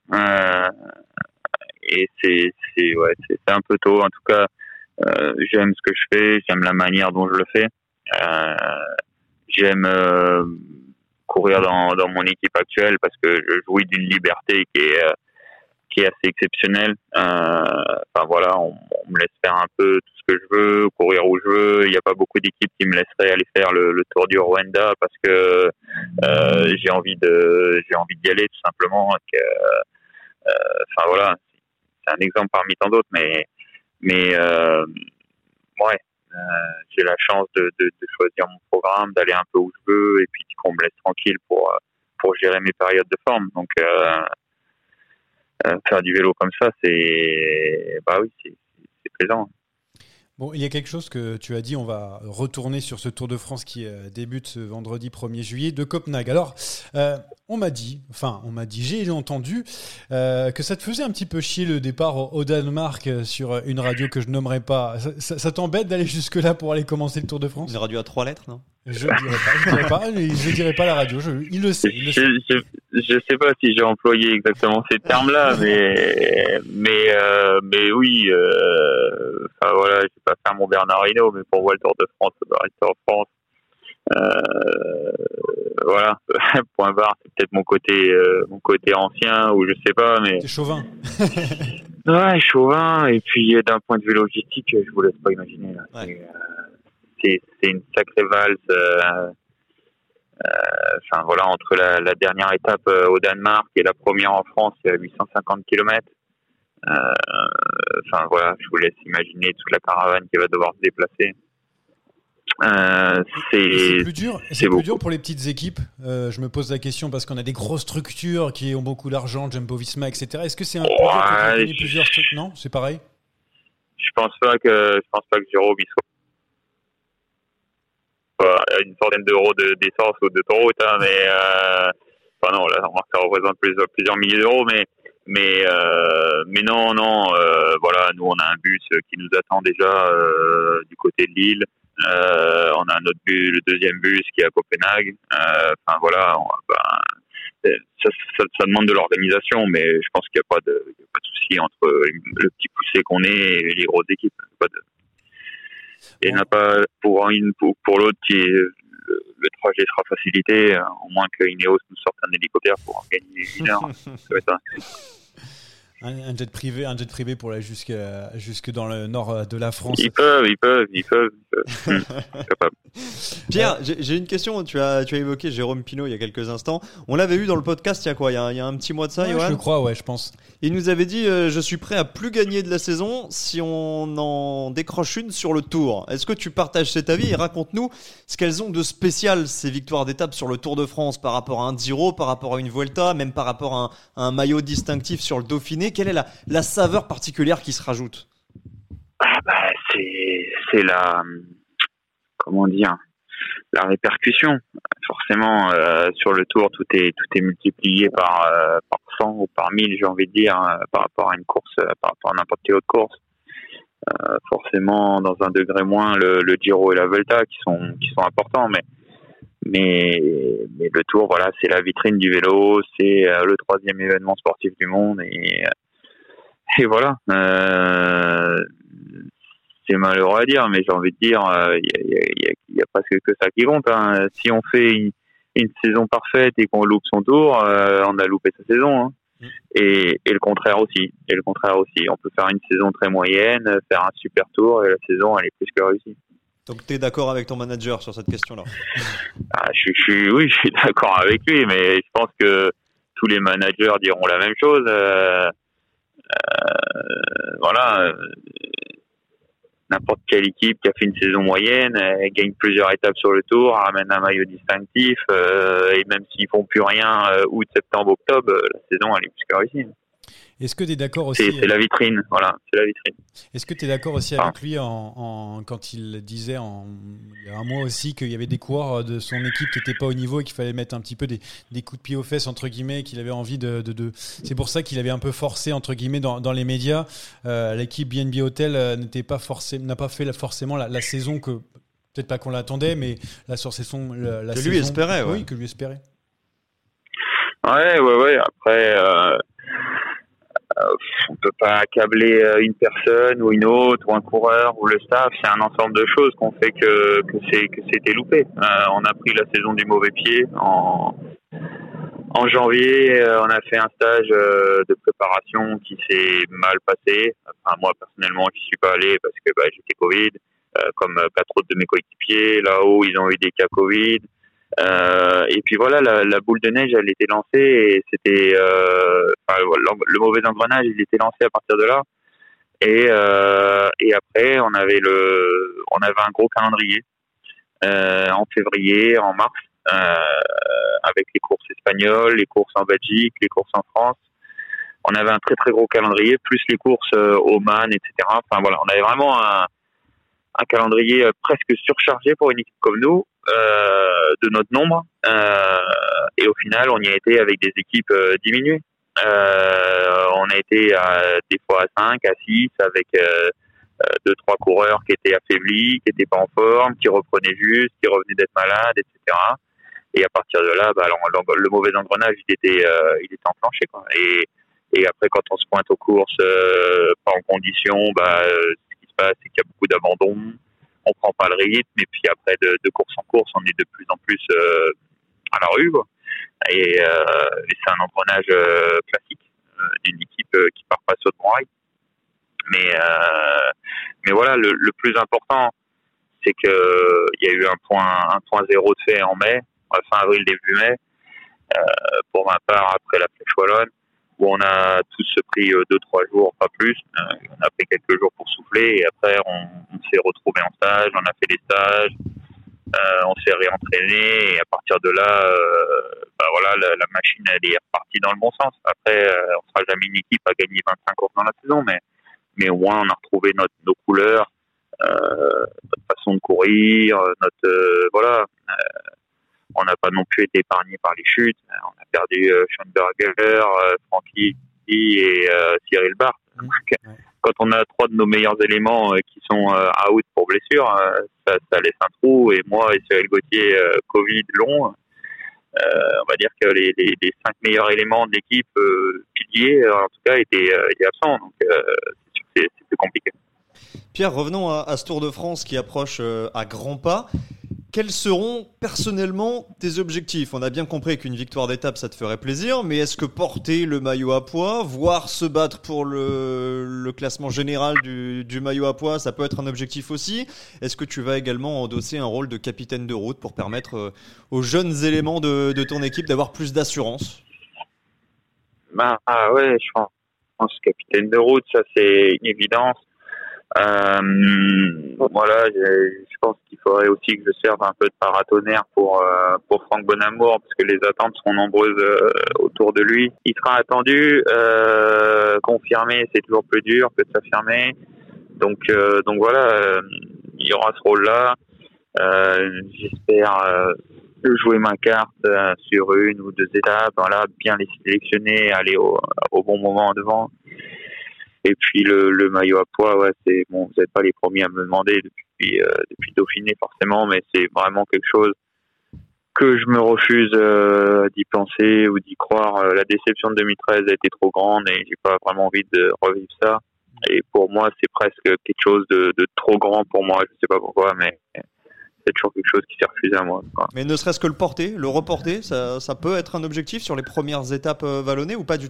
Et c'est un peu tôt. En tout cas, j'aime ce que je fais, j'aime la manière dont je le fais. J'aime courir dans mon équipe actuelle parce que je jouis d'une liberté qui est assez exceptionnelle. Enfin voilà, on me laisse faire un peu tout ce que je veux, courir où je veux. Il n'y a pas beaucoup d'équipes qui me laisseraient aller faire le Tour du Rwanda parce que j'ai envie d'y aller tout simplement. Enfin voilà. C'est un exemple parmi tant d'autres, mais ouais, j'ai la chance de choisir mon programme, d'aller un peu où je veux, et puis qu'on me laisse tranquille pour gérer mes périodes de forme. Donc faire du vélo comme ça, c'est plaisant. Bon, il y a quelque chose que tu as dit, on va retourner sur ce Tour de France qui débute ce vendredi 1er juillet de Copenhague. Alors, on m'a dit, j'ai entendu que ça te faisait un petit peu chier le départ au Danemark sur une radio que je nommerai pas. Ça t'embête d'aller jusque-là pour aller commencer le Tour de France ? Une radio à 3 lettres, non ? Je dirais pas la radio, il le sait. Je sais pas si j'ai employé exactement ces termes-là, mais oui, enfin voilà, je vais pas faire mon Bernard Hinault, mais pour moi le Tour de France, ça doit rester en France. Voilà, point barre, c'est peut-être mon côté ancien, ou je sais pas, mais. T'es chauvin. Ouais, chauvin, et puis d'un point de vue logistique, je vous laisse pas imaginer là. Ouais. C'est une sacrée valse. Enfin voilà, entre la dernière étape au Danemark et la première en France, il y a 850 km. Enfin voilà, je vous laisse imaginer toute la caravane qui va devoir se déplacer. C'est plus dur. C'est plus dur pour les petites équipes. Je me pose la question parce qu'on a des grosses structures qui ont beaucoup d'argent, Jumbo-Visma, etc. Est-ce que c'est un peu dur quand on plusieurs trucs ? Non, c'est pareil. Je pense pas que Jérôme il soit une centaine d'euros d'essence ou d'autoroute, hein, mais enfin non, là ça représente plusieurs milliers d'euros, mais non, voilà, nous on a un bus qui nous attend déjà du côté de Lille. On a un autre bus, le deuxième bus qui est à Copenhague. Enfin voilà, ça demande de l'organisation, mais je pense qu'il n'y a pas de souci entre le petit poussé qu'on est et les grosses équipes. Et n'a pas pour l'autre qui est le trajet sera facilité, au moins que Ineos nous sorte un hélicoptère pour gagner une heure. Ça va être ça. Un jet privé pour aller jusque dans le nord de la France. Ils peuvent. Pierre, j'ai une question. Tu as évoqué Jérôme Pinault il y a quelques instants. On l'avait eu dans le podcast il y a quoi ? Il y a un petit mois de ça, ouais, Johan ? Je crois, ouais, je pense. Il nous avait dit je suis prêt à plus gagner de la saison si on en décroche une sur le Tour. Est-ce que tu partages cet avis et raconte-nous ce qu'elles ont de spécial ces victoires d'étape sur le Tour de France par rapport à un Giro, par rapport à une Vuelta, même par rapport à un maillot distinctif sur le Dauphiné. Quelle est la saveur particulière qui se rajoute ? C'est la la répercussion. Forcément, sur le Tour, tout est multiplié par 100 ou par 1000, j'ai envie de dire, par rapport à une course, par rapport à n'importe quelle autre course. Forcément, dans un degré moins, le Giro et la Vuelta qui sont importants, mais le Tour, voilà, c'est la vitrine du vélo, c'est le 3e événement sportif du monde, et voilà. C'est malheureux à dire, mais j'ai envie de dire, il y a presque que ça qui compte, hein. Si on fait une saison parfaite et qu'on loupe son Tour, on a loupé sa saison, hein. Et le contraire aussi. On peut faire une saison très moyenne, faire un super tour et la saison elle est plus que réussie. Donc tu es d'accord avec ton manager sur cette question-là? Je suis d'accord avec lui, mais je pense que tous les managers diront la même chose. Voilà. N'importe quelle équipe qui a fait une saison moyenne, elle gagne plusieurs étapes sur le tour, ramène un maillot distinctif, et même s'ils font plus rien août, septembre, octobre, la saison elle est plus que réussie. Est-ce que tu es d'accord aussi? C'est la vitrine, voilà, c'est la vitrine. Est-ce que tu es d'accord aussi avec lui quand il disait il y a un mois aussi qu'il y avait des coureurs de son équipe qui n'étaient pas au niveau et qu'il fallait mettre un petit peu des coups de pied aux fesses, entre guillemets, qu'il avait envie de... C'est pour ça qu'il avait un peu forcé, entre guillemets, dans les médias. L'équipe BNB Hotel n'a pas fait forcément la saison que... Peut-être pas qu'on l'attendait, mais la saison... Que lui espérait, ouais. Oui, que lui espérait. Ouais. Après... on peut pas accabler une personne ou une autre ou un coureur ou le staff. C'est un ensemble de choses qu'on fait que c'était loupé. On a pris la saison du mauvais pied en janvier. On a fait un stage de préparation qui s'est mal passé. Enfin, moi personnellement, j'y suis pas allé parce que j'étais Covid, comme 4 autres de mes coéquipiers. Là-haut, ils ont eu des cas Covid. Et puis voilà, la boule de neige, elle était lancée et c'était le mauvais engrenage, il était lancé à partir de là. Et après, on avait un gros calendrier en février, en mars, avec les courses espagnoles, les courses en Belgique, les courses en France. On avait un très très gros calendrier, plus les courses Oman, etc. Enfin voilà, on avait vraiment un calendrier presque surchargé pour une équipe comme nous. De notre nombre, et au final on y a été avec des équipes diminuées. On a été des fois à 5, à 6 avec 2-3 coureurs qui étaient affaiblis, qui n'étaient pas en forme, qui reprenaient juste, qui revenaient d'être malades, etc. Et à partir de là, le mauvais engrenage il était enclenché, quoi. Et après quand on se pointe aux courses pas en condition, ce qui se passe c'est qu'il y a beaucoup d'abandon. On prend pas le rythme et puis après de course en course on est de plus en plus à la rue, quoi. Et c'est un engrenage classique d'une équipe qui part pas sur de bons rails. Mais voilà, le plus important c'est que il y a eu un point zéro de fait en mai, fin avril début mai, pour ma part après la Flèche Wallonne, où on a tous pris 2-3 jours, pas plus. On a pris quelques jours pour souffler et après on s'est retrouvés en stage, on a fait des stages, on s'est réentraîné et à partir de là, la machine elle est repartie dans le bon sens. Après, on sera jamais une équipe à gagner 25 courses dans la saison, mais au moins on a retrouvé nos couleurs, notre façon de courir, on n'a pas non plus été épargné par les chutes. On a perdu Schoenberger, Francky et Cyril Barth. Donc, quand on a 3 de nos meilleurs éléments qui sont out pour blessure, ça laisse un trou. Et moi et Cyril Gauthier, Covid long, on va dire que les 5 meilleurs éléments de l'équipe, piliers, en tout cas, étaient absents. Donc c'est plus compliqué. Pierre, revenons à ce Tour de France qui approche à grands pas. Quels seront personnellement tes objectifs? On a bien compris qu'une victoire d'étape, ça te ferait plaisir, mais est-ce que porter le maillot à pois, voire se battre pour le classement général du maillot à pois, ça peut être un objectif aussi? Est-ce que tu vas également endosser un rôle de capitaine de route pour permettre aux jeunes éléments de ton équipe d'avoir plus d'assurance? Ouais, je pense capitaine de route, ça c'est une évidence. Voilà, je pense qu'il faudrait aussi que je serve un peu de paratonnerre pour Franck Bonamour, parce que les attentes sont nombreuses autour de lui. Il sera attendu, confirmé, c'est toujours plus dur que de s'affirmer. Donc voilà, il y aura ce rôle-là. J'espère jouer ma carte sur 1 ou 2 étapes, voilà, bien les sélectionner, aller au bon moment devant. Et puis le maillot à pois, ouais, c'est bon. Vous n'êtes pas les premiers à me demander depuis Dauphiné forcément, mais c'est vraiment quelque chose que je me refuse d'y penser ou d'y croire. La déception de 2013 a été trop grande et j'ai pas vraiment envie de revivre ça. Et pour moi, c'est presque quelque chose de trop grand pour moi. Je sais pas pourquoi, mais c'est toujours quelque chose qui s'est refusé à moi, quoi. Mais ne serait-ce que le reporter, ça peut être un objectif sur les premières étapes vallonnées ou pas du tout?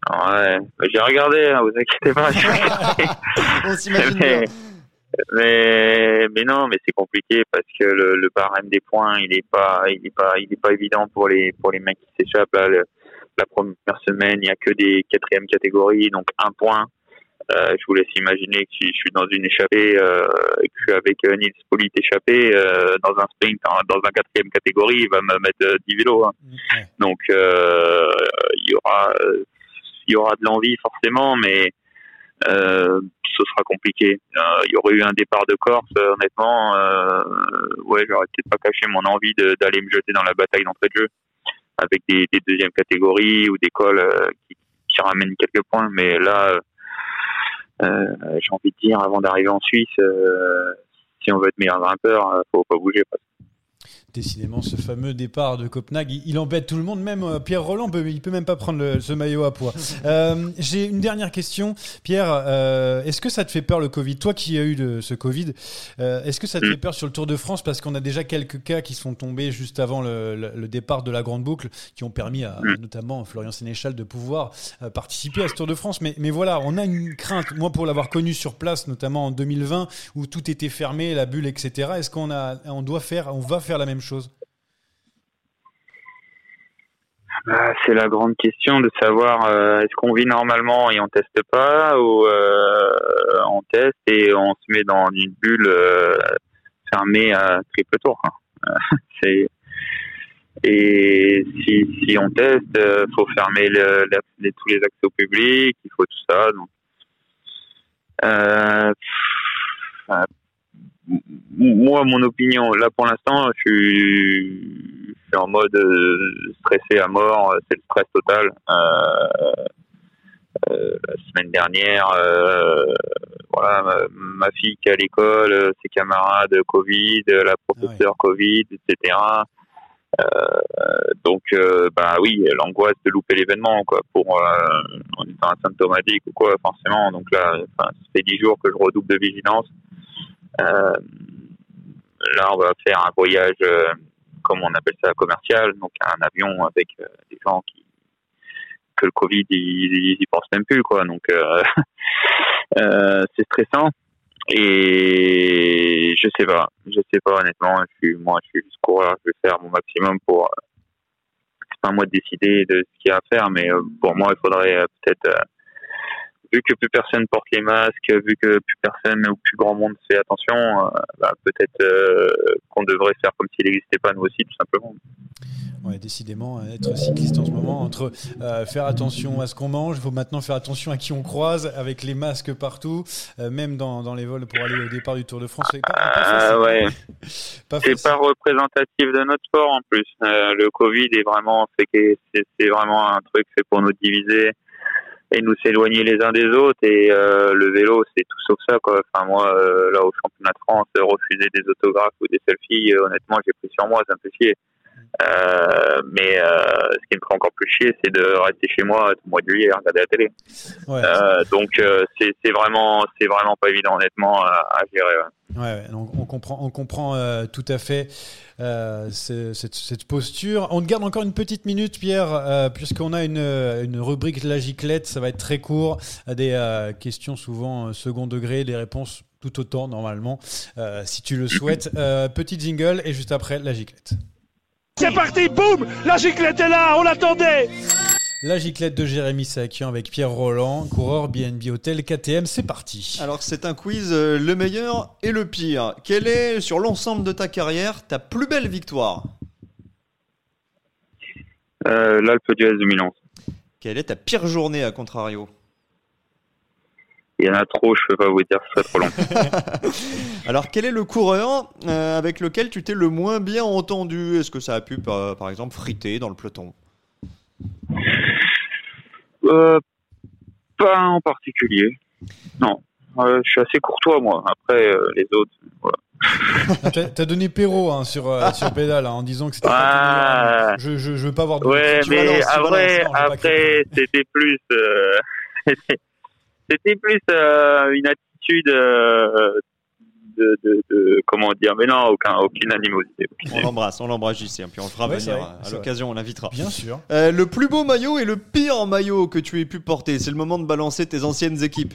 Ouais, j'ai regardé, hein, vous inquiétez pas. On s'imagine bien. Mais non, mais c'est compliqué parce que le barème des points, il est pas évident pour les mecs qui s'échappent. Là, la première semaine, il y a que des 4e catégories, donc 1 point. Je vous laisse imaginer que si je suis dans une échappée et que je suis avec Nils Politt échappé dans un sprint, dans un 4e catégorie, il va me mettre 10 vélos. Hein. Okay. Donc il y aura de l'envie forcément, mais ce sera compliqué. Il y aurait eu un départ de Corse, honnêtement. Ouais, j'aurais peut-être pas caché mon envie d'aller me jeter dans la bataille d'entrée de jeu avec des 2e catégories ou des cols qui ramènent quelques points, mais là. J'ai envie de dire, avant d'arriver en Suisse, si on veut être meilleur grimpeur, faut pas bouger. Décidément, ce fameux départ de Copenhague, il embête tout le monde, même Pierre Rolland, il peut même pas prendre ce maillot à poids. J'ai une dernière question, Pierre. Est-ce que ça te fait peur le Covid ? Toi qui as eu ce Covid, est-ce que ça te fait peur sur le Tour de France ? Parce qu'on a déjà quelques cas qui sont tombés juste avant le départ de la Grande Boucle, qui ont permis à notamment Florian Sénéchal de pouvoir participer à ce Tour de France. Mais voilà, on a une crainte. Moi, pour l'avoir connu sur place, notamment en 2020, où tout était fermé, la bulle, etc. Est-ce qu'on va faire la même chose ? C'est la grande question de savoir est-ce qu'on vit normalement et on teste pas ou on teste et on se met dans une bulle fermée à triple tour. Et si on teste, faut fermer tous les accès au public, il faut tout ça. Donc moi, mon opinion, là pour l'instant, je suis en mode stressé à mort, c'est le stress total. La semaine dernière, voilà, ma fille qui est à l'école, ses camarades Covid, la professeure Covid, etc. Donc, bah oui, l'angoisse de louper l'événement, quoi, en étant asymptomatique ou quoi, forcément. Donc là, ça fait 10 jours que je redouble de vigilance. Là, on va faire un voyage, comme on appelle ça, commercial, donc un avion avec des gens que le Covid, ils y pensent même plus, quoi. Donc, c'est stressant. Et je sais pas honnêtement. Je suis juste coureur. Je vais faire mon maximum pour. C'est pas à moi de décider de ce qu'il y a à faire, mais pour moi, il faudrait peut-être. Vu que plus personne porte les masques, vu que plus personne ou plus grand monde fait attention, peut-être qu'on devrait faire comme s'il n'existait pas nous aussi, tout simplement. Ouais, décidément, être cycliste en ce moment, entre faire attention à ce qu'on mange, il faut maintenant faire attention à qui on croise, avec les masques partout, même dans les vols pour aller au départ du Tour de France. C'est pas facile. Ouais. C'est pas représentatif de notre sport en plus. Le Covid est vraiment c'est vraiment un truc fait pour nous diviser et nous s'éloigner les uns des autres, et le vélo c'est tout sauf ça, quoi. Enfin moi là au championnat de France, refuser des autographes ou des selfies, honnêtement j'ai pris sur moi, ça me fait chier. Mais ce qui me fait encore plus chier, c'est de rester chez moi tout le mois de juillet et regarder la télé. Ouais. Donc c'est vraiment pas évident honnêtement à gérer. Ouais, on comprend tout à fait cette posture. On te garde encore une petite minute, Pierre, puisqu'on a une rubrique La Giclette. Ça va être très court, des questions souvent second degré, des réponses tout autant normalement, si tu le souhaites. Petit jingle et juste après La Giclette. C'est parti, boum, la giclette est là, on l'attendait. La giclette de Jérémy Sakian avec Pierre Rolland, coureur BNB Hotel KTM, c'est parti. Alors c'est un quiz, le meilleur et le pire. Quelle est, sur l'ensemble de ta carrière, ta plus belle victoire ? L'Alpe d'Huez 2011. Quelle est ta pire journée à contrario ? Il y en a trop, je peux pas vous dire, ce serait trop long. Alors, quel est le coureur avec lequel tu t'es le moins bien entendu ? Est-ce que ça a pu, par exemple, friter dans le peloton ? Pas en particulier. Non. Je suis assez courtois, moi. Après, les autres, voilà. T'as donné Perrault sur pédale en disant que c'était pas ton meilleur. Je veux pas avoir de... Ouais, mais après c'était plus... C'était plus une attitude de comment dire, mais non, aucune animosité. On l'embrasse JC, puis on le fera venir à l'occasion, on l'invitera. Bien sûr. Le plus beau maillot et le pire maillot que tu aies pu porter, c'est le moment de balancer tes anciennes équipes.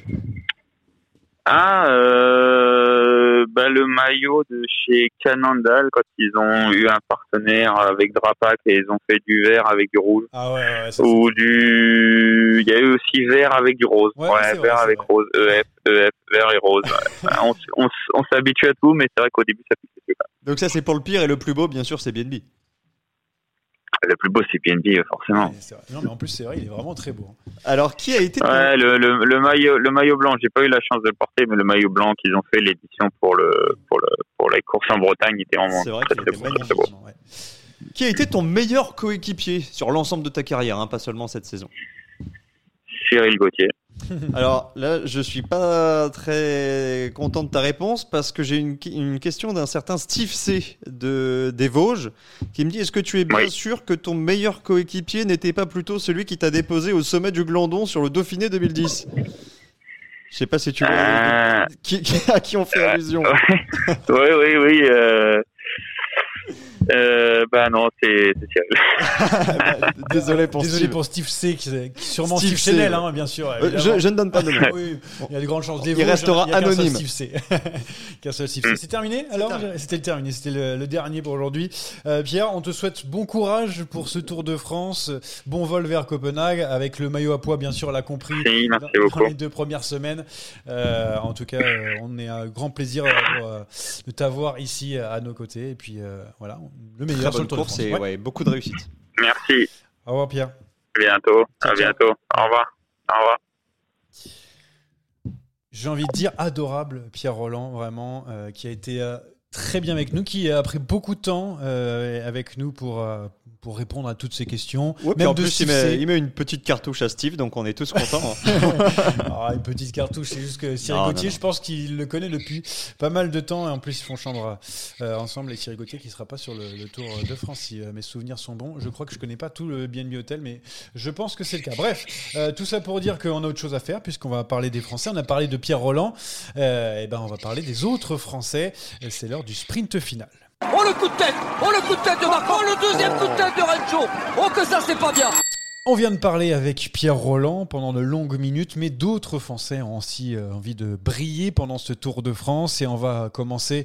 Le maillot de chez Cannondale, quand ils ont eu un partenaire avec Drapac et ils ont fait du vert avec du rouge. Ah ouais, il y a eu aussi vert avec du rose. Vert avec rose, EF, vert et rose. On s'habitue à tout, mais c'est vrai qu'au début ça pique. Donc ça c'est pour le pire, et le plus beau bien sûr c'est BNB. Le plus beau, c'est BNB, forcément. Ouais, c'est vrai. Non, mais en plus, c'est vrai, il est vraiment très beau. Alors, qui a été... le maillot blanc, j'ai pas eu la chance de le porter, mais le maillot blanc qu'ils ont fait, l'édition pour la course en Bretagne, il était vraiment très beau. Ouais. Qui a été ton meilleur coéquipier sur l'ensemble de ta carrière, pas seulement cette saison? Cyril Gauthier. Alors là, je suis pas très content de ta réponse parce que j'ai une question d'un certain Steve C des Vosges qui me dit: est-ce que tu es bien sûr que ton meilleur coéquipier n'était pas plutôt celui qui t'a déposé au sommet du Glandon sur le Dauphiné 2010? Je sais pas si tu vois à qui on fait allusion. Oui. Non, c'est Cyril. Désolé pour Steve C, qui sûrement Steve Chanel, bien sûr. Je ne donne pas de nom. Oui, il y a de grandes chances. Il restera anonyme. Qu'un seul Steve C. C'est terminé alors? C'était terminé. C'était le dernier pour aujourd'hui. Pierre, on te souhaite bon courage pour ce Tour de France. Bon vol vers Copenhague avec le maillot à pois, bien sûr, on l'a compris. Merci beaucoup. Dans les 2 premières semaines. En tout cas, on est un grand plaisir de t'avoir ici à nos côtés. Et puis voilà. Le meilleur sur le Tour de France. Et beaucoup de réussite. Merci. Au revoir Pierre. À bientôt. Au revoir. J'ai envie de dire adorable Pierre Rolland, vraiment, qui a été très bien avec nous, qui a pris beaucoup de temps avec nous pour répondre à toutes ces questions. Ouais, même en plus, il met une petite cartouche à Steve, donc on est tous contents. Une petite cartouche, c'est juste que Cyril Gauthier, je pense qu'il le connaît depuis pas mal de temps, et en plus ils font chambre ensemble, et Cyril Gauthier qui ne sera pas sur le Tour de France, si mes souvenirs sont bons. Je crois que je ne connais pas tout le BNB Hotel, mais je pense que c'est le cas. Bref, tout ça pour dire qu'on a autre chose à faire, puisqu'on va parler des Français. On a parlé de Pierre Rolland, on va parler des autres Français. C'est l'heure du sprint final. Oh le coup de tête de Marco, le deuxième coup de tête de Rencho. Oh que ça c'est pas bien. On vient de parler avec Pierre Rolland pendant de longues minutes, mais d'autres Français ont aussi envie de briller pendant ce Tour de France, et on va commencer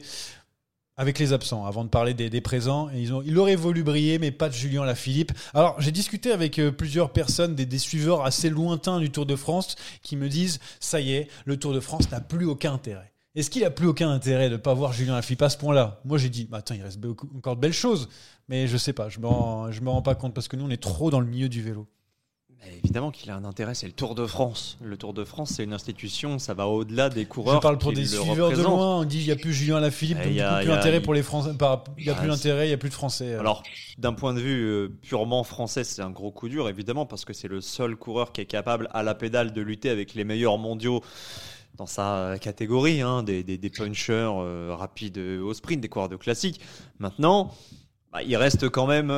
avec les absents, avant de parler des présents. Il aurait voulu briller, mais pas de Julien Alaphilippe. Alors, j'ai discuté avec plusieurs personnes, des suiveurs assez lointains du Tour de France, qui me disent « ça y est, le Tour de France n'a plus aucun intérêt ». Est-ce qu'il n'a plus aucun intérêt de ne pas voir Julien Alaphilippe à ce point-là? Moi, j'ai dit, attends, il reste encore de belles choses. Mais je ne sais pas, je me rends pas compte, parce que nous, on est trop dans le milieu du vélo. Mais évidemment qu'il a un intérêt, c'est le Tour de France. Le Tour de France, c'est une institution, ça va au-delà des coureurs. Je parle pour des suiveurs de loin, on dit, il n'y a plus Julien Alaphilippe, donc il n'y a plus d'intérêt pour les Français. Il n'y a plus d'intérêt, il n'y a plus de Français. Alors, d'un point de vue purement français, c'est un gros coup dur, évidemment, parce que c'est le seul coureur qui est capable, à la pédale, de lutter avec les meilleurs mondiaux dans sa catégorie, des punchers rapides au sprint, des coureurs de classique. Maintenant, il reste quand même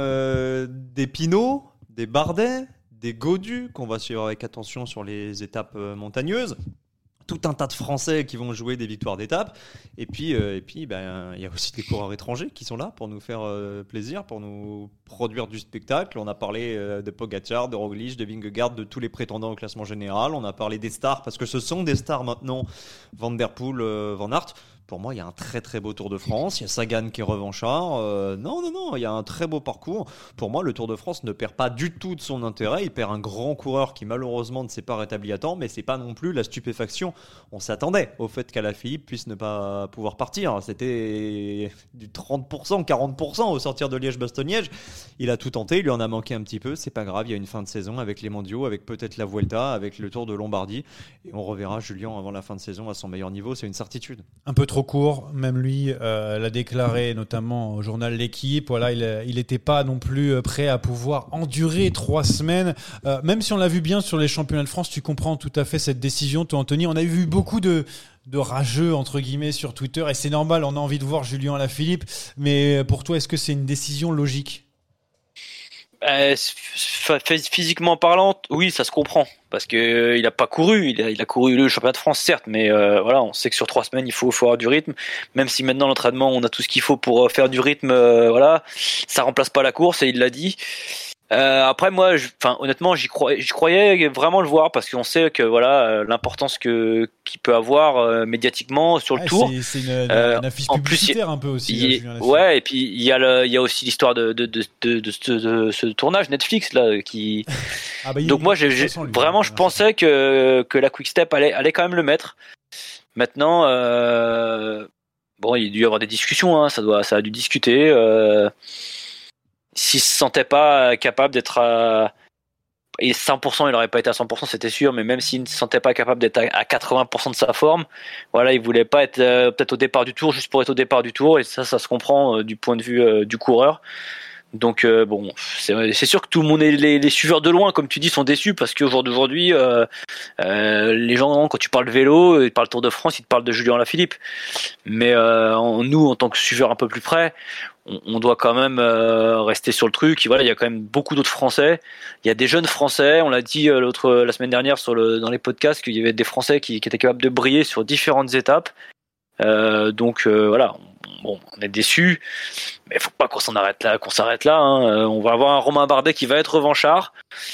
des Pinot, des Bardet, des Gaudu, qu'on va suivre avec attention sur les étapes montagneuses. Tout un tas de Français qui vont jouer des victoires d'étape. Et puis, il y a aussi des coureurs étrangers qui sont là pour nous faire plaisir, pour nous produire du spectacle. On a parlé de Pogacar, de Roglic, de Vingegaard, de tous les prétendants au classement général. On a parlé des stars, parce que ce sont des stars maintenant. Van Der Poel, Van Aert. Pour moi, il y a un très très beau Tour de France. Il y a Sagan qui est revanchard. Non, il y a un très beau parcours. Pour moi, le Tour de France ne perd pas du tout de son intérêt. Il perd un grand coureur qui malheureusement ne s'est pas rétabli à temps, mais c'est pas non plus la stupéfaction. On s'attendait au fait qu'Alaphilippe puisse ne pas pouvoir partir. C'était du 30%, 40% au sortir de Liège-Bastogne-Liège. Il a tout tenté, il lui en a manqué un petit peu. C'est pas grave, il y a une fin de saison avec les mondiaux, avec peut-être la Vuelta, avec le Tour de Lombardie. Et on reverra Julien avant la fin de saison à son meilleur niveau, c'est une certitude. Un peu trop court, même lui l'a déclaré notamment au journal L'Équipe. Voilà, il n'était pas non plus prêt à pouvoir endurer 3 semaines. Même si on l'a vu bien sur les championnats de France, tu comprends tout à fait cette décision, toi Anthony. On a vu beaucoup de rageux entre guillemets sur Twitter, et c'est normal, on a envie de voir Julien Alaphilippe. Mais pour toi, est-ce que c'est une décision logique? Physiquement parlant, oui, ça se comprend. Parce que il a pas couru, il a couru le championnat de France, certes, mais voilà, on sait que sur 3 semaines, il faut avoir du rythme. Même si maintenant, l'entraînement, on a tout ce qu'il faut pour faire du rythme, voilà, ça remplace pas la course, et il l'a dit. Après, moi, honnêtement, j'y croyais vraiment le voir, parce qu'on sait que voilà, l'importance qu'il peut avoir médiatiquement sur le tour. C'est une affiche publicitaire un peu aussi. Ouais, et puis il y a aussi l'histoire de ce tournage Netflix là qui. Donc moi, vraiment, je pensais que la Quick Step allait quand même le mettre. Maintenant, bon, il a dû y avoir des discussions, hein, ça a dû discuter. S'il se sentait pas capable d'être et 100%, il n'aurait pas été à 100%, c'était sûr, mais même s'il ne se sentait pas capable d'être à 80% de sa forme, voilà, il voulait pas être peut-être au départ du tour juste pour être au départ du tour, et ça se comprend du point de vue du coureur. Donc bon, c'est sûr que tout le monde, les suiveurs de loin, comme tu dis, sont déçus, parce qu'au jour d'aujourd'hui, les gens, quand tu parles vélo, ils te parlent Tour de France, ils te parlent de Julien Alaphilippe, mais nous, en tant que suiveurs un peu plus près, on doit quand même rester sur le truc. Et voilà, il y a quand même beaucoup d'autres Français. Il y a des jeunes Français. On l'a dit la semaine dernière dans les podcasts, qu'il y avait des Français qui étaient capables de briller sur différentes étapes. Donc voilà, bon, on est déçus, mais il faut pas qu'on s'arrête là. Hein. On va avoir un Romain Bardet qui va être revanchard.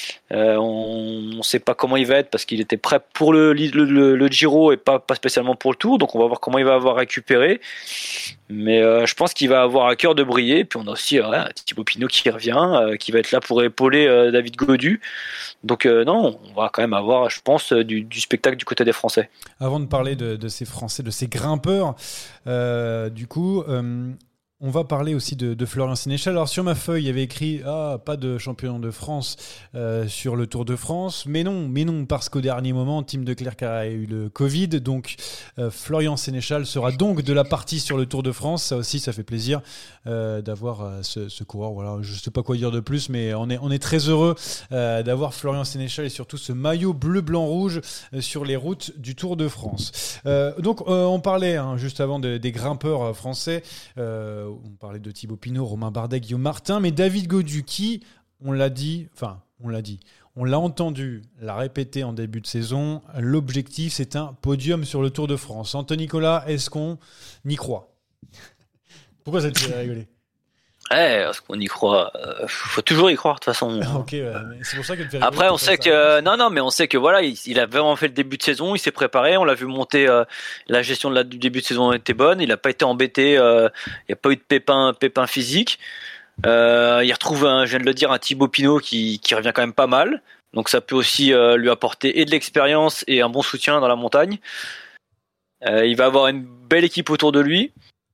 On sait pas comment il va être, parce qu'il était prêt pour le Giro et pas spécialement pour le Tour. Donc on va voir comment il va avoir récupéré. Mais je pense qu'il va avoir à cœur de briller. Et puis on a aussi Thibaut Pinot qui revient, qui va être là pour épauler David Gaudu. Donc non, on va quand même avoir, je pense, du spectacle du côté des Français. Avant de parler de ces Français, de ces grimpeurs, du coup, on va parler aussi de Florian Sénéchal. Alors sur ma feuille, il y avait écrit pas de champion de France sur le Tour de France, mais non, parce qu'au dernier moment, Tim de Clercq a eu le Covid, donc Florian Sénéchal sera donc de la partie sur le Tour de France. Ça aussi, ça fait plaisir d'avoir ce coureur. Voilà, je sais pas quoi dire de plus, mais on est très heureux d'avoir Florian Sénéchal et surtout ce maillot bleu, blanc, rouge sur les routes du Tour de France. Donc on parlait juste avant des grimpeurs français. On parlait de Thibaut Pinot, Romain Bardet, Guillaume Martin, mais David Gaudu qui, on l'a entendu, l'a répété en début de saison, l'objectif c'est un podium sur le Tour de France. Anthony Nicolas, est-ce qu'on y croit ? Pourquoi ça te fait rigoler ? Parce qu'on y croit. Faut toujours y croire de toute façon. Ok, mais c'est pour ça qu'elle fait rigoler. Après, on sait que mais on sait que voilà, il a vraiment fait le début de saison, il s'est préparé, on l'a vu monter. La gestion du début de saison était bonne, il a pas été embêté, il n'y a pas eu de pépin physique. Il retrouve, je viens de le dire, un Thibaut Pinot qui revient quand même pas mal. Donc ça peut aussi lui apporter et de l'expérience et un bon soutien dans la montagne. Il va avoir une belle équipe autour de lui.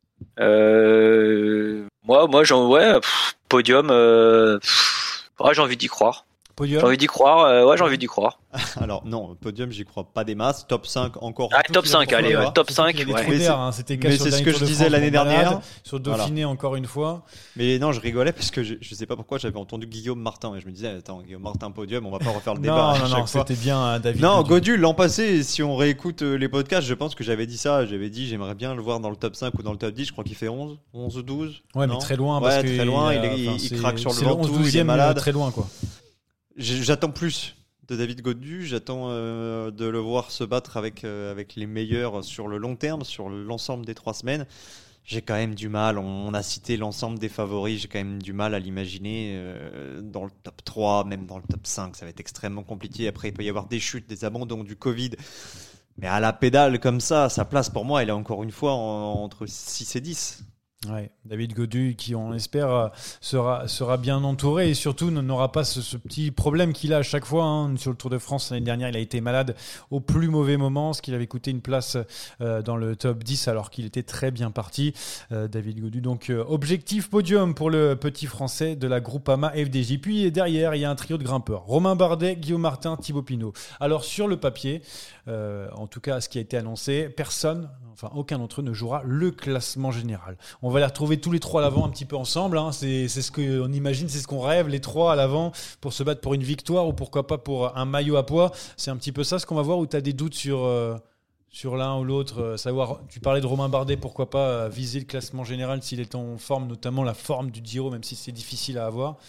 Moi, podium. J'ai envie d'y croire. Podium. J'ai envie d'y croire. J'ai envie d'y croire. Alors non, podium, j'y crois pas des masses. Top 5 encore. Top 5, allez, top 5. C'était mais c'est ce que je disais l'année dernière. Sur Dauphiné, encore une fois. Mais non, je rigolais parce que je sais pas pourquoi j'avais entendu Guillaume Martin. Et je me disais, attends, Guillaume Martin podium, on va pas refaire le débat. Non, c'était bien David. Non, Gaudu, l'an passé, si on réécoute les podcasts, je pense que j'avais dit ça. J'avais dit, j'aimerais bien le voir dans le top 5 ou dans le top 10. Je crois qu'il fait 11 ou 12. Ouais, mais très loin. Ouais, très loin. Il craque sur le Ventoux, il est malade. Très loin, quoi. J'attends plus de David Gaudu, j'attends de le voir se battre avec les meilleurs sur le long terme, sur l'ensemble des 3 semaines. J'ai quand même du mal, on a cité l'ensemble des favoris, j'ai quand même du mal à l'imaginer dans le top 3, même dans le top 5, ça va être extrêmement compliqué. Après, il peut y avoir des chutes, des abandons, du Covid. Mais à la pédale comme ça, sa place pour moi, elle est encore une fois entre 6 et 10. Ouais, David Gaudu qui, on espère, sera bien entouré et surtout n'aura pas ce petit problème qu'il a à chaque fois. Sur le Tour de France l'année dernière, il a été malade au plus mauvais moment, ce qui lui avait coûté une place dans le top 10 alors qu'il était très bien parti. David Gaudu, donc objectif podium pour le petit Français de la Groupama FDJ. Puis derrière, il y a un trio de grimpeurs. Romain Bardet, Guillaume Martin, Thibaut Pinot. Alors sur le papier, en tout cas ce qui a été annoncé, aucun d'entre eux ne jouera le classement général. On va les retrouver tous les 3 à l'avant un petit peu ensemble. C'est ce qu'on imagine, c'est ce qu'on rêve, les 3 à l'avant pour se battre pour une victoire ou pourquoi pas pour un maillot à poids. C'est un petit peu ça ce qu'on va voir, ou tu as des doutes sur l'un ou l'autre. Tu parlais de Romain Bardet, pourquoi pas viser le classement général s'il est en forme, notamment la forme du Giro, même si c'est difficile à avoir.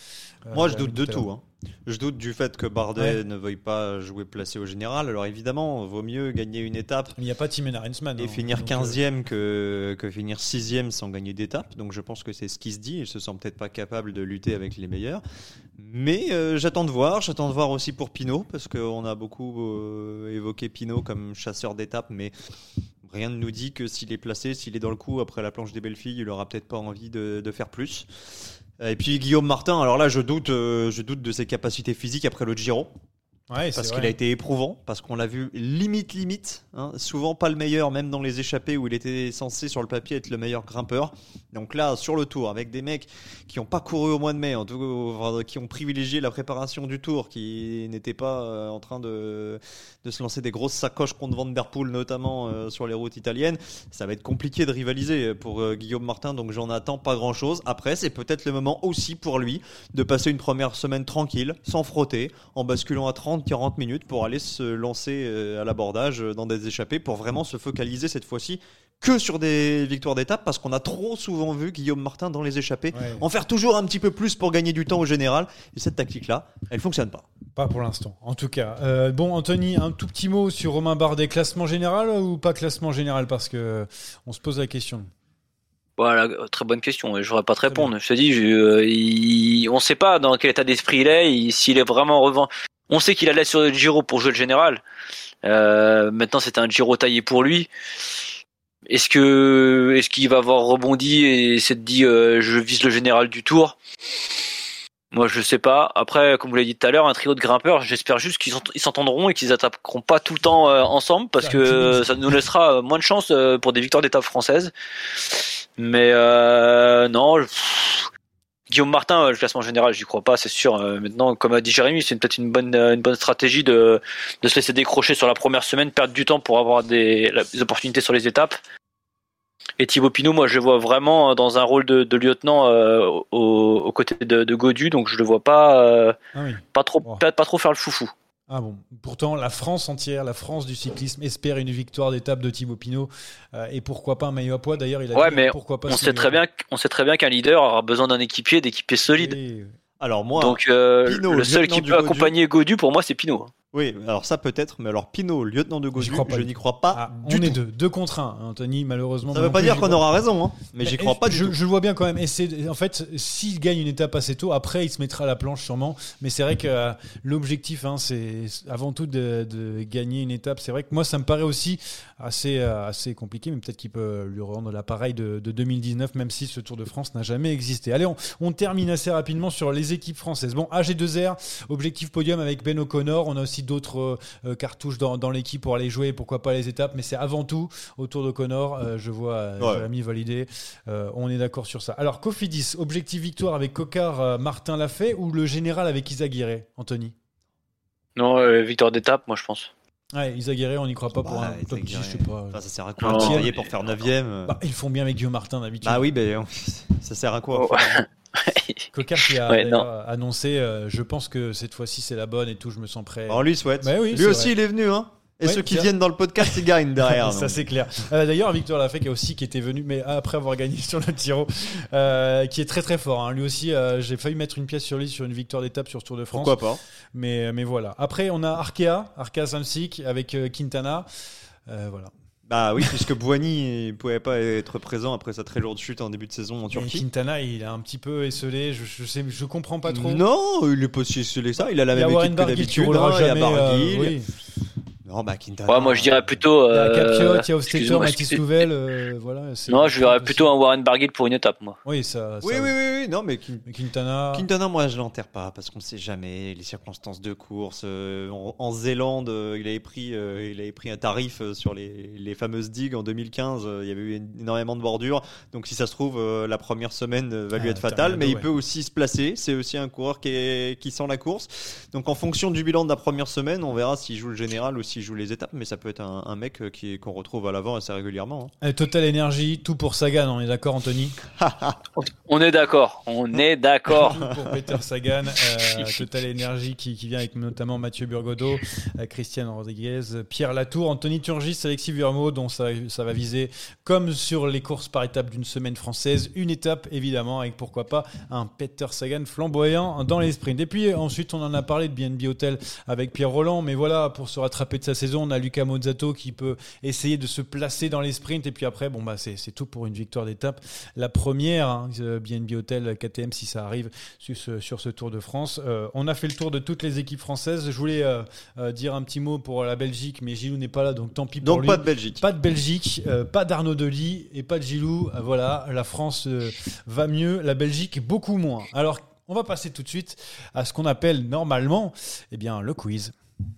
Moi, je doute de tout. Hein. Je doute du fait que Bardet ne veuille pas jouer placé au général. Alors évidemment, vaut mieux gagner une étape. Il n'y a pas Timena Rensman. Et finir 15e que finir 6e sans gagner d'étape. Donc je pense que c'est ce qui se dit. Il se sent peut-être pas capable de lutter avec les meilleurs. Mais j'attends de voir. J'attends de voir aussi pour Pinot, parce qu'on a beaucoup évoqué Pinot comme chasseur d'étape, mais rien ne nous dit que s'il est placé, s'il est dans le coup après la planche des belles filles, il aura peut-être pas envie de faire plus. Et puis Guillaume Martin, alors là je doute de ses capacités physiques après le Giro. Ouais, parce qu'il a été éprouvant, parce qu'on l'a vu limite, hein, souvent pas le meilleur, même dans les échappées où il était censé sur le papier être le meilleur grimpeur. Donc là, sur le Tour, avec des mecs qui n'ont pas couru au mois de mai, en tout cas, qui ont privilégié la préparation du Tour, qui n'étaient pas en train de se lancer des grosses sacoches contre Van Der Poel, notamment sur les routes italiennes, ça va être compliqué de rivaliser pour Guillaume Martin, donc j'en attends pas grand-chose. Après, c'est peut-être le moment aussi pour lui de passer une première semaine tranquille, sans frotter, en basculant à 30-40 minutes pour aller se lancer à l'abordage dans des échappées, pour vraiment se focaliser cette fois-ci que sur des victoires d'étape, parce qu'on a trop souvent vu Guillaume Martin dans les échappées en faire toujours un petit peu plus pour gagner du temps au général, et cette tactique-là, elle fonctionne pas. Pas pour l'instant, en tout cas. Bon, Anthony, un tout petit mot sur Romain Bardet, classement général ou pas classement général, parce que on se pose la question. Voilà, très bonne question. Je n'aurais pas te répondre. Je te dis, on ne sait pas dans quel état d'esprit il est, s'il est vraiment revend. On sait qu'il allait sur le Giro pour jouer le général. Maintenant, c'est un Giro taillé pour lui. Est-ce qu'il va avoir rebondi et s'est dit je vise le général du Tour? Moi, je sais pas. Après, comme vous l'avez dit tout à l'heure, un trio de grimpeurs, j'espère juste qu'ils s'entendront et qu'ils attaqueront pas tout le temps ensemble, parce que ça nous laissera moins de chance pour des victoires d'étape françaises. Mais non, Guillaume Martin, le classement général, j'y crois pas, c'est sûr. Maintenant, comme a dit Jérémy, c'est peut-être une bonne stratégie de se laisser décrocher sur la première semaine, perdre du temps pour avoir des opportunités sur les étapes. Et Thibaut Pinot, moi je le vois vraiment dans un rôle de lieutenant aux côtés de Gaudu, donc je le vois pas pas trop faire le foufou. Ah bon. Pourtant, la France entière, la France du cyclisme espère une victoire d'étape de Thibaut Pinot, et pourquoi pas un maillot à poids. D'ailleurs, il a dit mais pourquoi pas. On sait très bien qu'un leader aura besoin d'équipier solide. Oui. Alors moi, donc Pinot, le seul qui peut accompagner Gaudu, pour moi, c'est Pinot. Oui, alors ça peut-être, mais alors Pinot, lieutenant de Gaudu, je n'y crois pas du tout. On est deux contre un, Anthony, malheureusement. Ça ne veut pas dire qu'on aura raison, hein, mais j'y crois pas du tout. Je le vois bien quand même. Et en fait, s'il gagne une étape assez tôt, après il se mettra à la planche sûrement. Mais c'est vrai que l'objectif, c'est avant tout de gagner une étape. C'est vrai que moi, ça me paraît aussi assez compliqué, mais peut-être qu'il peut lui rendre l'appareil de 2019, même si ce Tour de France n'a jamais existé. Allez, on termine assez rapidement sur les équipes françaises. Bon, AG2R, objectif podium avec Ben O'Connor. On a aussi d'autres cartouches dans l'équipe pour aller jouer, pourquoi pas les étapes, mais c'est avant tout autour d'O'Connor. Je vois Jérémy valider. On est d'accord sur ça. Alors, Cofidis, objectif victoire avec Cocard, Martin l'a fait, ou le général avec Izaguirre, Anthony? Non, victoire d'étape, moi je pense. Ouais, Izaguirre, on n'y croit pas pour un top 10, je sais pas. Enfin, ça sert à quoi de pour faire 9ème ils font bien avec Guillaume Martin d'habitude. Bah oui, ça sert à quoi Cocard qui a annoncé je pense que cette fois-ci c'est la bonne et tout, je me sens prêt. On lui souhaite. Oui, lui aussi, il est venu, hein. Et ceux qui viennent dans le podcast, ils gagnent derrière. Ça, c'est clair. D'ailleurs, Victor Lafay qui était venu, mais après avoir gagné sur le Giro, qui est très très fort. Hein. Lui aussi, j'ai failli mettre une pièce sur lui sur une victoire d'étape sur Tour de France. Pourquoi pas. Mais voilà. Après, on a Arkea Samsic avec Quintana. Voilà. Bah oui, puisque Bouhanni ne pouvait pas être présent après sa très lourde chute en début de saison en Turquie. Et Quintana, il a un petit peu esselé, je comprends pas trop. Non, il est pas si esselé ça, il a la même équipe que d'habitude. Il y a Barguil. Oui. Non, Quintana. Ouais, moi je dirais plutôt. Il y a Capiot, il y a Osteter, Mathis Louvel. Voilà, non, je verrais plutôt un Warren Barguil pour une étape, moi. Oui, ça. Oui. Non, mais Quintana. Quintana, moi je l'enterre pas parce qu'on sait jamais les circonstances de course. En Zélande, il avait pris un tarif sur les fameuses digues en 2015. Il y avait eu énormément de bordures. Donc si ça se trouve, la première semaine va lui être fatale. Mais il peut aussi se placer. C'est aussi un coureur qui sent la course. Donc en fonction du bilan de la première semaine, on verra s'il joue le général ou s'il qui joue les étapes, mais ça peut être un mec qu'on retrouve à l'avant assez régulièrement. Hein. Total Energy, tout pour Sagan, on est d'accord, Anthony? On est d'accord. Tout pour Peter Sagan, Total Energy qui vient avec notamment Mathieu Burgodeau, Christian Rodriguez, Pierre Latour, Anthony Turgis, Alexis Vuillermoz, dont ça va viser, comme sur les courses par étapes d'une semaine française, une étape évidemment, avec pourquoi pas un Peter Sagan flamboyant dans les sprints. Et puis ensuite, on en a parlé de BNB Hotel avec Pierre Rolland, mais voilà, pour se rattraper de sa saison, on a Luca Mozzato qui peut essayer de se placer dans les sprints, et puis après, c'est tout pour une victoire d'étape. La première, BNB Hotel KTM, si ça arrive sur ce Tour de France. On a fait le tour de toutes les équipes françaises. Je voulais dire un petit mot pour la Belgique, mais Gilou n'est pas là, donc tant pis pour lui. Donc pas de Belgique. Pas de Belgique, pas d'Arnaud Delis et pas de Gilou. Voilà, la France va mieux, la Belgique beaucoup moins. Alors, on va passer tout de suite à ce qu'on appelle normalement le quiz.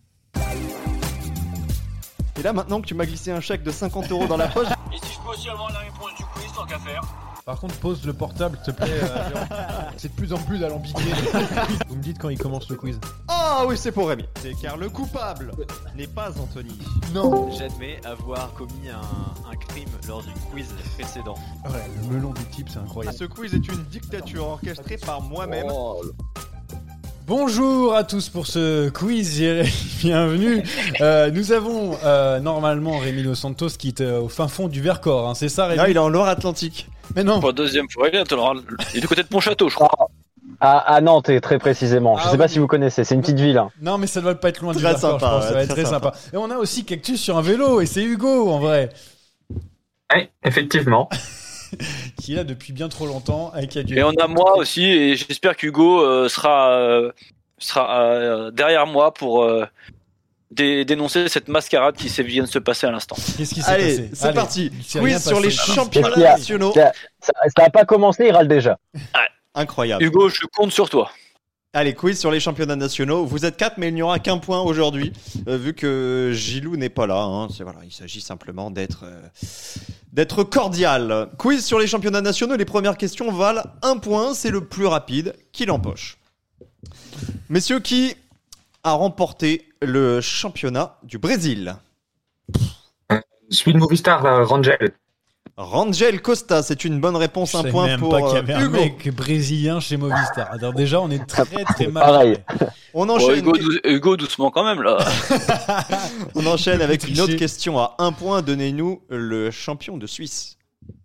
Et là, maintenant que tu m'as glissé un chèque de 50 € dans la poche... Et si je peux aussi avoir la réponse du quiz, tant qu'à faire. Par contre, pose le portable, s'il te plaît. C'est de plus en plus alambiqué. Vous me dites quand il commence le quiz. Ah oui, c'est pour Rémi. C'est car le coupable n'est pas Anthony. Non. J'admets avoir commis un crime lors du quiz précédent. Ouais, le melon du type, c'est incroyable. Ce quiz est une dictature orchestrée par moi-même. Bonjour à tous pour ce quiz, bienvenue. Nous avons normalement Rémi Dos Santos qui est au fin fond du Vercors, hein. C'est ça Rémi? Là, il est en Loire-Atlantique. Mais non. Pour la deuxième fois, il est du côté de Pontchâteau, je crois. À Nantes, très précisément. Je sais pas si vous connaissez, c'est une petite ville. Hein. Non, mais ça doit pas être loin du très Vercors, sympa, je pense. Ça va être très sympa. Et on a aussi Cactus sur un vélo, et c'est Hugo en vrai. Oui, effectivement. Qui est là depuis bien trop longtemps. Et on a moi aussi, et j'espère qu'Hugo sera derrière moi pour dénoncer cette mascarade qui vient de se passer à l'instant. Qu'est-ce qui s'est passé? C'est parti. Quiz sur les championnats nationaux. Ça n'a pas commencé, il râle déjà. Ouais. Incroyable. Hugo, je compte sur toi. Allez, quiz sur les championnats nationaux. Vous êtes 4, mais il n'y aura qu'un point aujourd'hui, vu que Gilou n'est pas là. Hein. Il s'agit simplement d'être cordial. Quiz sur les championnats nationaux. Les premières questions valent 1 point. C'est le plus rapide qui l'empoche. Messieurs, qui a remporté le championnat du Brésil? Speed Movistar, Rangel. Rangel Costa, c'est une bonne réponse. Un point pour Hugo. Je savais même pas qu'il y avait Hugo. un mec brésilien chez Movistar. Alors déjà, on est très mal. Pareil. On enchaîne. Hugo, doucement quand même là. On enchaîne avec une autre question à 1 point. Donnez-nous le champion de Suisse.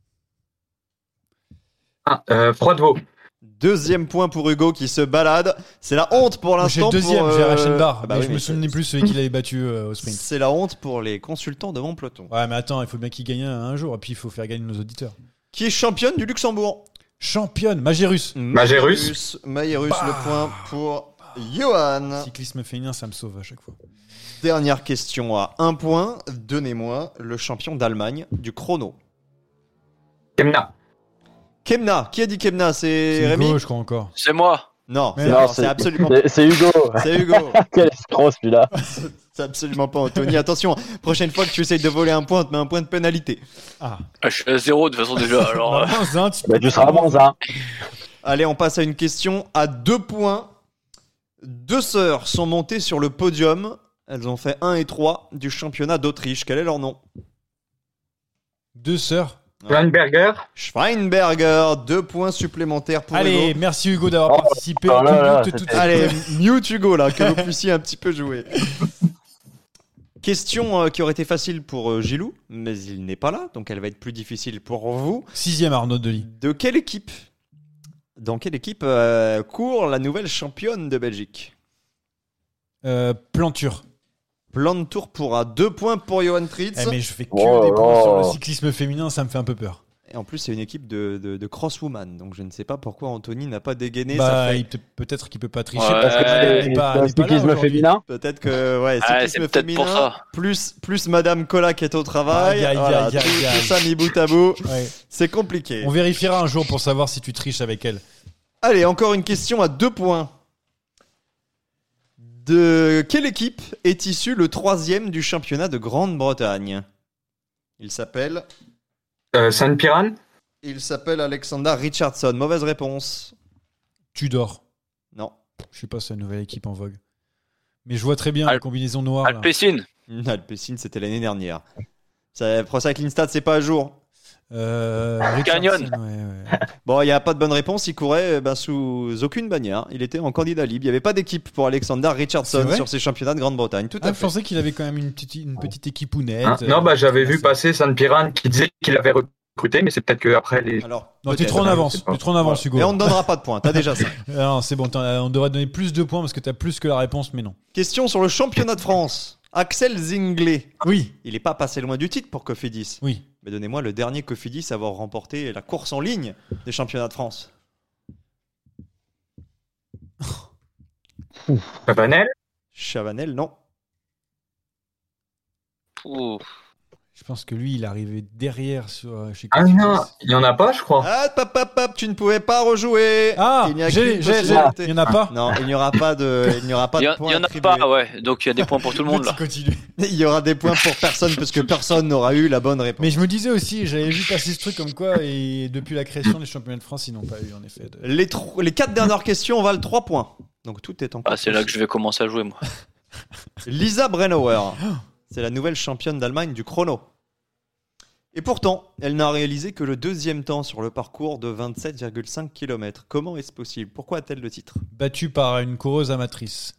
Prodvo. Deuxième point pour Hugo qui se balade. C'est la honte pour l'instant. J'ai le deuxième, j'ai Reichenbach. Bah mais oui, je me souvenais plus celui qui l'avait battu au sprint. C'est la honte pour les consultants de mon peloton. Ouais, mais attends, il faut bien qu'il gagne un jour. Et puis il faut faire gagner nos auditeurs. Qui est championne du Luxembourg? Championne, Magérus. Magérus, le point pour Johan. Cyclisme féminin, ça me sauve à chaque fois. Dernière question à 1 point. Donnez-moi le champion d'Allemagne du chrono. Kemna. Kemna. Qui a dit Kemna? C'est Rémi? Hugo, je crois encore. C'est moi. Non, c'est absolument. C'est Hugo. C'est Hugo. Quel escroc celui-là. C'est absolument pas Anthony. Attention, prochaine fois que tu essayes de voler un point, on te met un point de pénalité. Je suis à 0 de toute façon déjà. Alors. Tu seras moins 1. Allez, on passe à une question à 2 points. 2 sœurs sont montées sur le podium. Elles ont fait 1 et 3 du championnat d'Autriche. Quel est leur nom? 2 sœurs. Schweinberger, 2 points supplémentaires pour Hugo. Allez, merci Hugo d'avoir participé. Allez, mute Hugo là, que vous puissiez un petit peu jouer. Question qui aurait été facile pour Gilou, mais il n'est pas là, donc elle va être plus difficile pour vous. 6e Arnaud Delis. Dans quelle équipe court la nouvelle championne de Belgique? Planture. Plantour pourra 2 points pour Johan Tritz. Mais je fais que des points sur le cyclisme féminin, ça me fait un peu peur. Et en plus, c'est une équipe de crosswoman, donc je ne sais pas pourquoi Anthony n'a pas dégainé. Peut-être qu'il peut pas tricher parce qu'elle n'est pas cyclisme féminin. Peut-être que cyclisme c'est féminin. pour ça. Plus Madame Cola qui est au travail. Tout ça mis bout à bout. Ouais. C'est compliqué. On vérifiera un jour pour savoir si tu triches avec elle. Allez, encore une question à 2 points. De quelle équipe est issu le 3e du championnat de Grande-Bretagne? Il s'appelle San Piran. Il s'appelle Alexander Richardson. Mauvaise réponse. Tudor. Non. Je sais pas, c'est une nouvelle équipe en vogue. Mais je vois très bien la combinaison noire. Alpecin. Alpecin, c'était l'année dernière. Pro Cycling Stats, c'est pas à jour. Canyon. Ouais. Bon, il n'y a pas de bonne réponse. Il courait sous aucune bannière. Il était en candidat libre. Il n'y avait pas d'équipe pour Alexander Richardson sur ses championnats de Grande-Bretagne. Tout à fait. Je pensais qu'il avait quand même une petite équipounette. Non, j'avais vu passer San Piran qui disait qu'il avait recruté, mais c'est peut-être qu'après les. Alors, non, t'es trop en avance. Hugo. Et on ne donnera pas de points. T'as déjà ça. Non, c'est bon. On devrait donner plus de points parce que t'as plus que la réponse, mais non. Question sur le championnat de France. Axel Zinglet. Oui. Il n'est pas passé loin du titre pour Cofidis. Oui. Mais donnez-moi le dernier Cofidis à avoir remporté la course en ligne des championnats de France. Chavanel, non. Je pense que lui, il est arrivé derrière chez Cofidis. Ah non, il n'y en a pas, je crois. Tu ne pouvais pas rejouer. Il n'y en a pas. Non, il n'y aura pas de points. Il n'y en a pas, ouais. Donc il y a des points pour tout le monde là. Continue. Il y aura des points pour personne parce que personne n'aura eu la bonne réponse. Mais je me disais aussi, j'avais vu passer ce truc comme quoi, et depuis la création des championnats de France, ils n'ont pas eu en effet. Les 4 dernières questions valent 3 points. Donc tout est en cours. C'est là que je vais commencer à jouer moi. Lisa Brennauer. C'est la nouvelle championne d'Allemagne du chrono. Et pourtant, elle n'a réalisé que le 2e temps sur le parcours de 27,5 km. Comment est-ce possible ? Pourquoi a-t-elle le titre ? Battue par une coureuse amatrice.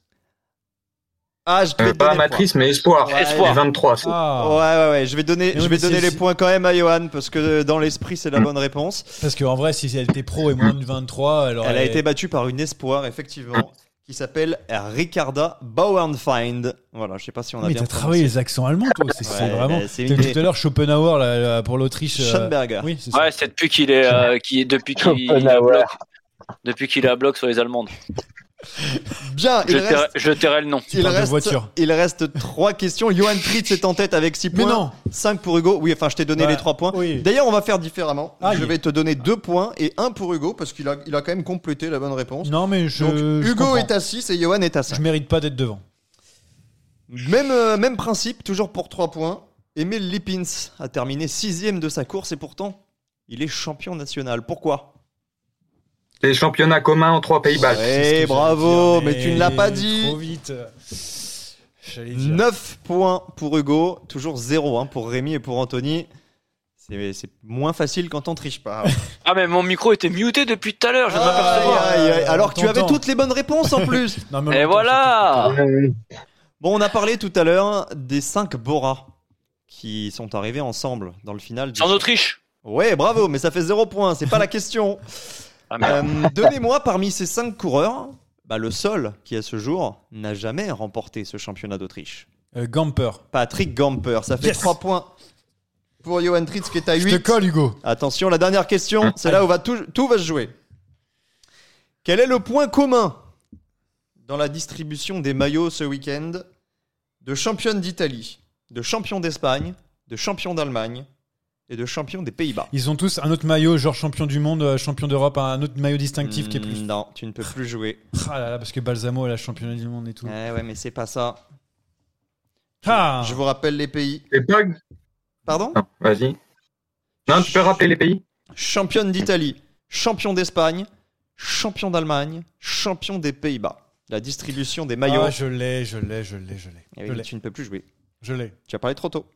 Pas amatrice, mais espoir. Espoir. 23. Ouais. Je vais donner les points quand même à Johan parce que dans l'esprit, c'est la bonne réponse. Parce qu'en vrai, si elle était pro et moins de 23, elle a été battue par une espoir, effectivement. Qui s'appelle Ricarda Bauernfeind. Voilà, je sais pas si on a bien prononcé. Mais t'as travaillé les accents allemands, toi. C'est vraiment. Tout à l'heure, Schopenhauer là, pour l'Autriche. Schoenberger. Oui, c'est ça. C'est depuis qu'il est, depuis qu'il est à bloc sur les Allemandes. Bien, je tairai le nom. Il reste 3 questions. Johan Tritz est en tête avec 6 points. Mais non. 5 pour Hugo. Oui, enfin, je t'ai donné les 3 points. Oui. D'ailleurs, on va faire différemment. Je vais te donner 2 points et 1 pour Hugo parce qu'il a quand même complété la bonne réponse. Non, mais Donc, Hugo est à 6 et Johan est à 5. Je mérite pas d'être devant. Même principe, toujours pour 3 points. Emil Lippins a terminé 6e de sa course et pourtant, il est champion national. Pourquoi ? Les championnats communs en 3 pays baltes. Ouais, bravo, mais tu ne l'as pas dit. Trop vite. 9 points pour Hugo, toujours 0 pour Rémi et pour Anthony. C'est moins facile quand on triche pas. Mais mon micro était muté depuis tout à l'heure, je viens de m'apercevoir. Alors que tu avais toutes les bonnes réponses en plus. Et voilà. Bon, on a parlé tout à l'heure des 5 Bora qui sont arrivés ensemble dans le final. En Autriche. Ouais, bravo, mais ça fait 0 points, c'est pas la question. Donnez-moi parmi ces 5 coureurs, le seul qui à ce jour n'a jamais remporté ce championnat d'Autriche. Gamper. Patrick Gamper, ça fait 3 points pour Johan Tritz qui est à 8. Je te colle, Hugo. Attention, la dernière question, c'est là où tout va se jouer. Quel est le point commun dans la distribution des maillots ce week-end de championne d'Italie, de champion d'Espagne, de champion d'Allemagne et de champion des Pays-Bas? Ils ont tous un autre maillot, genre champion du monde, champion d'Europe, un autre maillot distinctif qui est plus. Non, tu ne peux plus jouer. Ah là là, parce que Balsamo est la championne du monde et tout. Ouais, mais c'est pas ça. Je vous rappelle les pays. Les Pog. Pardon ? Non, vas-y. Non, tu peux rappeler les pays. Championne d'Italie, champion d'Espagne, champion d'Allemagne, champion des Pays-Bas. La distribution des maillots. Je l'ai. Tu ne peux plus jouer. Je l'ai. Tu as parlé trop tôt.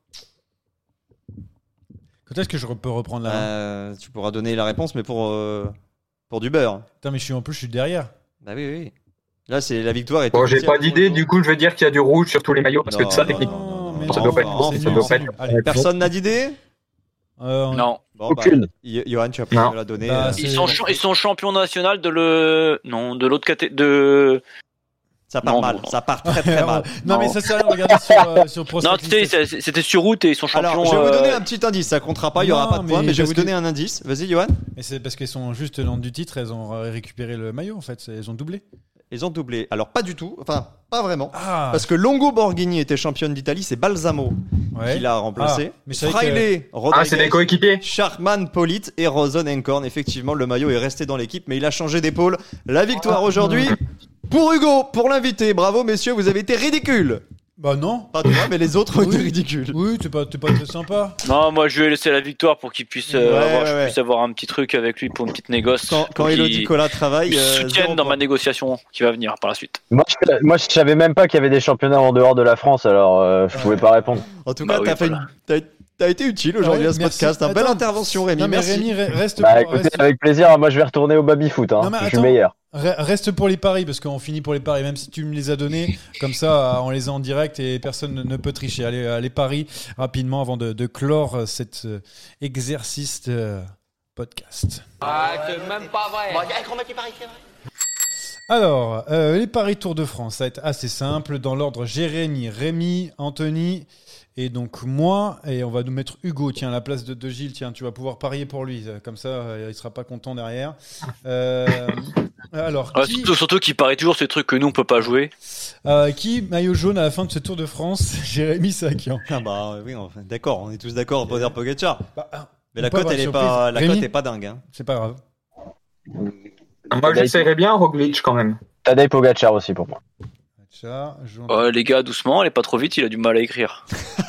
Quand est-ce que je peux reprendre la main ? Tu pourras donner la réponse, mais pour du beurre. Putain, mais je suis derrière. Bah oui. Là, c'est la victoire. Bon, j'ai pas d'idée, du coup, je vais dire qu'il y a du rouge sur tous les maillots, parce que ça, techniquement, ça doit pas être. Allez, personne n'a d'idée ? Non. Bon, aucune. Johan, tu as pu la donner. Ils sont champions nationaux de l'autre catégorie. Ça part mal, ça part très très mal. Non, mais ça sert à rien de regarder sur Pro Non, tu sais, c'était sur route et ils sont champions. Alors, je vais vous donner un petit indice, ça comptera pas, il y aura pas de points, mais je vais vous donner un indice. Vas-y, Johan. Mais c'est parce qu'elles sont juste le nom du titre, elles ont récupéré le maillot en fait, elles ont doublé. Ils ont doublé. Alors, pas du tout, enfin, pas vraiment. Parce que Longo Borghini était championne d'Italie, c'est Balsamo qui l'a remplacé. Fraile, Rodriguez, c'est des coéquipiers. Sharman, Pollitt et Rosenenkorn. Effectivement, le maillot est resté dans l'équipe, mais il a changé d'épaule. La victoire aujourd'hui pour Hugo, pour l'invité. Bravo, messieurs, vous avez été ridicules. Bah non. Pas toi, mais les autres ont été ridicules. Oui, t'es pas très sympa. Non, moi je lui ai laissé la victoire pour qu'il puisse, je puisse avoir un petit truc avec lui pour une petite négoce. Quand Elodie Nicolas travaille, il soutienne dans ma négociation qui va venir par la suite. Moi, je savais même pas qu'il y avait des championnats en dehors de la France, alors je pouvais pas répondre. En tout cas, t'as été utile aujourd'hui à ce podcast. Une belle intervention, Rémi. Non, mais merci. Rémi, reste. Écoutez, avec plaisir. Moi, je vais retourner au baby-foot. Hein. Je suis meilleur. Reste pour les paris, parce qu'on finit pour les paris, même si tu me les as donnés, comme ça on les a en direct et personne ne peut tricher. Allez, les paris rapidement avant de clore cet exercice de podcast. C'est même pas vrai. Alors, les paris Tour de France, ça va être assez simple, dans l'ordre Jérémy, Rémi, Anthony et donc moi, et on va nous mettre Hugo, tiens, à la place de Gilles, tiens, tu vas pouvoir parier pour lui, comme ça il sera pas content derrière. Alors, surtout qu'il parie toujours ces trucs que nous on peut pas jouer. Qui maillot jaune à la fin de ce Tour de France? Jérémy Sakian. Ah bah oui, enfin, d'accord, on est tous d'accord pour dire Pogacar. Mais la cote est pas dingue. Hein. C'est pas grave. Moi j'essaierais bien Roglic quand même. Tadej Pogacar aussi pour moi. Les gars, doucement, allez pas trop vite, il a du mal à écrire.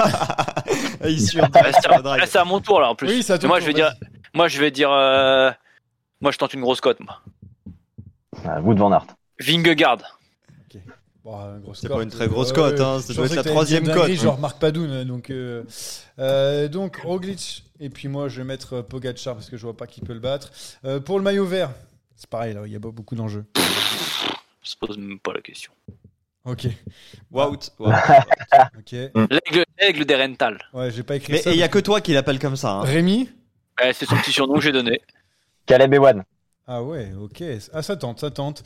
Là, c'est à mon tour là en plus. Oui, moi je vais dire moi je tente une grosse cote moi. Wout van Aert. Vingegaard. Okay. Bon, c'est pas une très grosse cote, hein. Ça doit être la troisième cote. Genre Marc Padoun, donc Roglic. Et puis moi je vais mettre Pogacar parce que je vois pas qui peut le battre. Pour le maillot vert, c'est pareil là, il y a pas beaucoup d'enjeux. Je se pose même pas la question. Ok. Wout. Ok. L'aigle des Rental. Ouais, j'ai pas écrit mais ça. Mais il y a que toi qui l'appelle comme ça. Hein. Rémi. C'est son petit surnom que j'ai donné. Caleb Ewan. Ah ouais, ok. Ah, ça tente.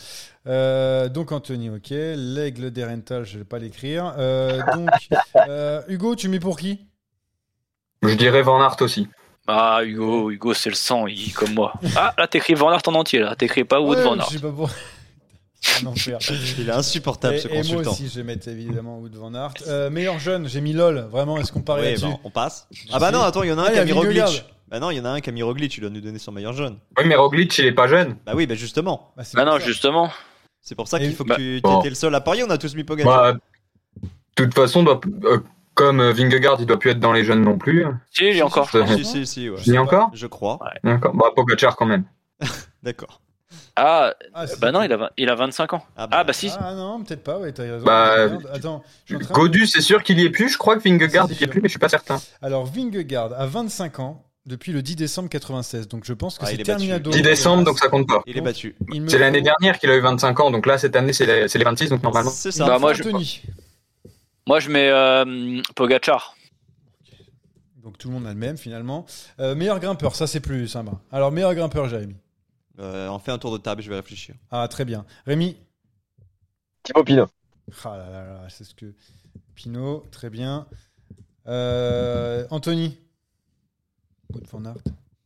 Donc Anthony, ok. L'aigle des Rental, je vais pas l'écrire. Donc Hugo, tu mets pour qui? Je dirais Van Aert aussi. Ah Hugo c'est le sang, il comme moi. Ah là t'écris Van Aert en entier là, t'écris pas Wout Van Aert. Je sais pas pour... Il est insupportable ce consultant. Et moi aussi je vais mettre évidemment Wout Van Aert. Meilleur jeune, j'ai mis LOL. Vraiment, est-ce qu'on parie là-dessus? On passe. Ah bah non, attends, il y en a un qui a mis Roglic. Bah non, il y en a un qui a mis Roglic, il doit nous donner son meilleur jeune. Oui, mais Roglic, il est pas jeune. Bah oui, bah justement. Justement. C'est pour ça qu'il faut que tu étais le seul à parier, on a tous mis Pogacar. Bah, de toute façon, comme Vingegaard, il doit plus être dans les jeunes non plus. Si, il y a encore. Si, ouais. Il y a encore? Je crois. Ouais. D'accord. Bah, Pogacar quand même. D'accord. Bah non, il a 25 ans. Bah si. Ah non, peut-être pas, ouais, t'as raison. Attends, Godu, c'est sûr qu'il y est plus, je crois que Vingegaard il y est plus, mais je suis pas certain. Alors, Vingegaard a 25 ans depuis le 10 décembre 96, donc je pense que c'est Terminado. 10 décembre, donc ça compte pas. Il est battu. C'est l'année dernière qu'il a eu 25 ans, donc là, cette année, c'est les 26, donc normalement. C'est ça. Bah, moi, je mets Pogacar. Donc tout le monde a le même finalement. Meilleur grimpeur, ça c'est plus sympa. Alors, meilleur grimpeur, Jérémy. On fait un tour de table, je vais réfléchir. Ah, très bien. Rémi? Thibaut Pinot. Ah là, c'est ce que... Pinot, très bien. Anthony? Wout van Aert.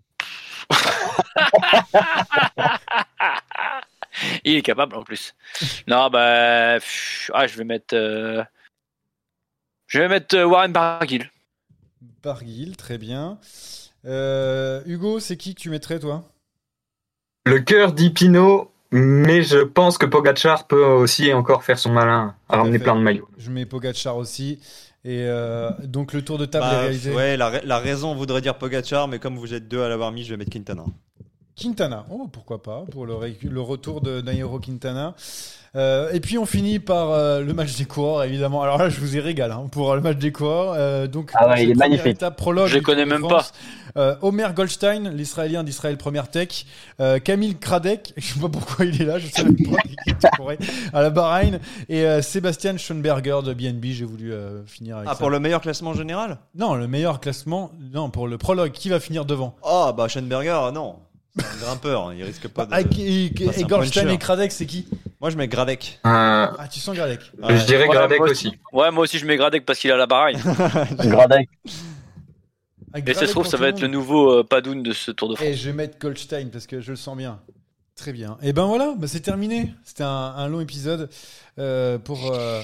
Il est capable en plus. Non, bah... je vais mettre... Warren Barguil. Barguil, très bien. Hugo, c'est qui que tu mettrais, toi? Le cœur dit Pinot, mais je pense que Pogacar peut aussi encore faire son malin à ramener plein de maillots. Je mets Pogacar aussi. Et donc le tour de table est réalisé. Ouais, la raison voudrait dire Pogacar, mais comme vous êtes deux à l'avoir mis, je vais mettre Quintana. Quintana, pourquoi pas, pour le retour de Nairo Quintana. Et puis on finit par le match des coureurs, évidemment. Alors là, je vous ai régalé pour le match des coureurs. Donc, il est magnifique. Prologue, je les connais même pas. Omer Goldstein, l'Israélien d'Israël Première Tech. Camille Kradek, je sais pas pourquoi il est là, je sais même pas qui est à la Bahreïn. Et Sébastien Schoenberger de BNB, j'ai voulu finir avec ça. Pour le meilleur classement général? Non, le meilleur classement, non, pour le prologue. Qui va finir devant? Schoenberger, non. C'est un grimpeur, il risque pas de... Et Goldstein et Kradek, c'est qui? Moi, je mets Gradek. Tu sens Gradek? Je dirais Gradek aussi. Ouais, moi aussi, je mets Gradek parce qu'il a la Bahreïn. Gradek. Et ça se trouve, ça va être le nouveau Padoun de ce Tour de France. Et je vais mettre Goldstein parce que je le sens bien. Très bien. Et ben voilà, c'est terminé. C'était un long épisode pour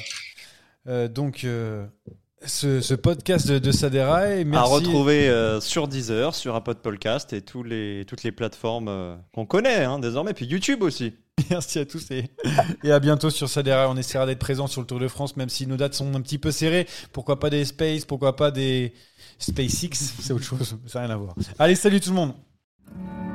ce podcast de Saderaï. Merci. À retrouver sur Deezer, sur Apple Podcast et toutes les plateformes qu'on connaît désormais, puis YouTube aussi. Merci à tous et à bientôt sur Sadera. On essaiera d'être présent sur le Tour de France, même si nos dates sont un petit peu serrées. Pourquoi pas des Space, pourquoi pas des SpaceX, c'est autre chose, ça n'a rien à voir. Allez, salut tout le monde.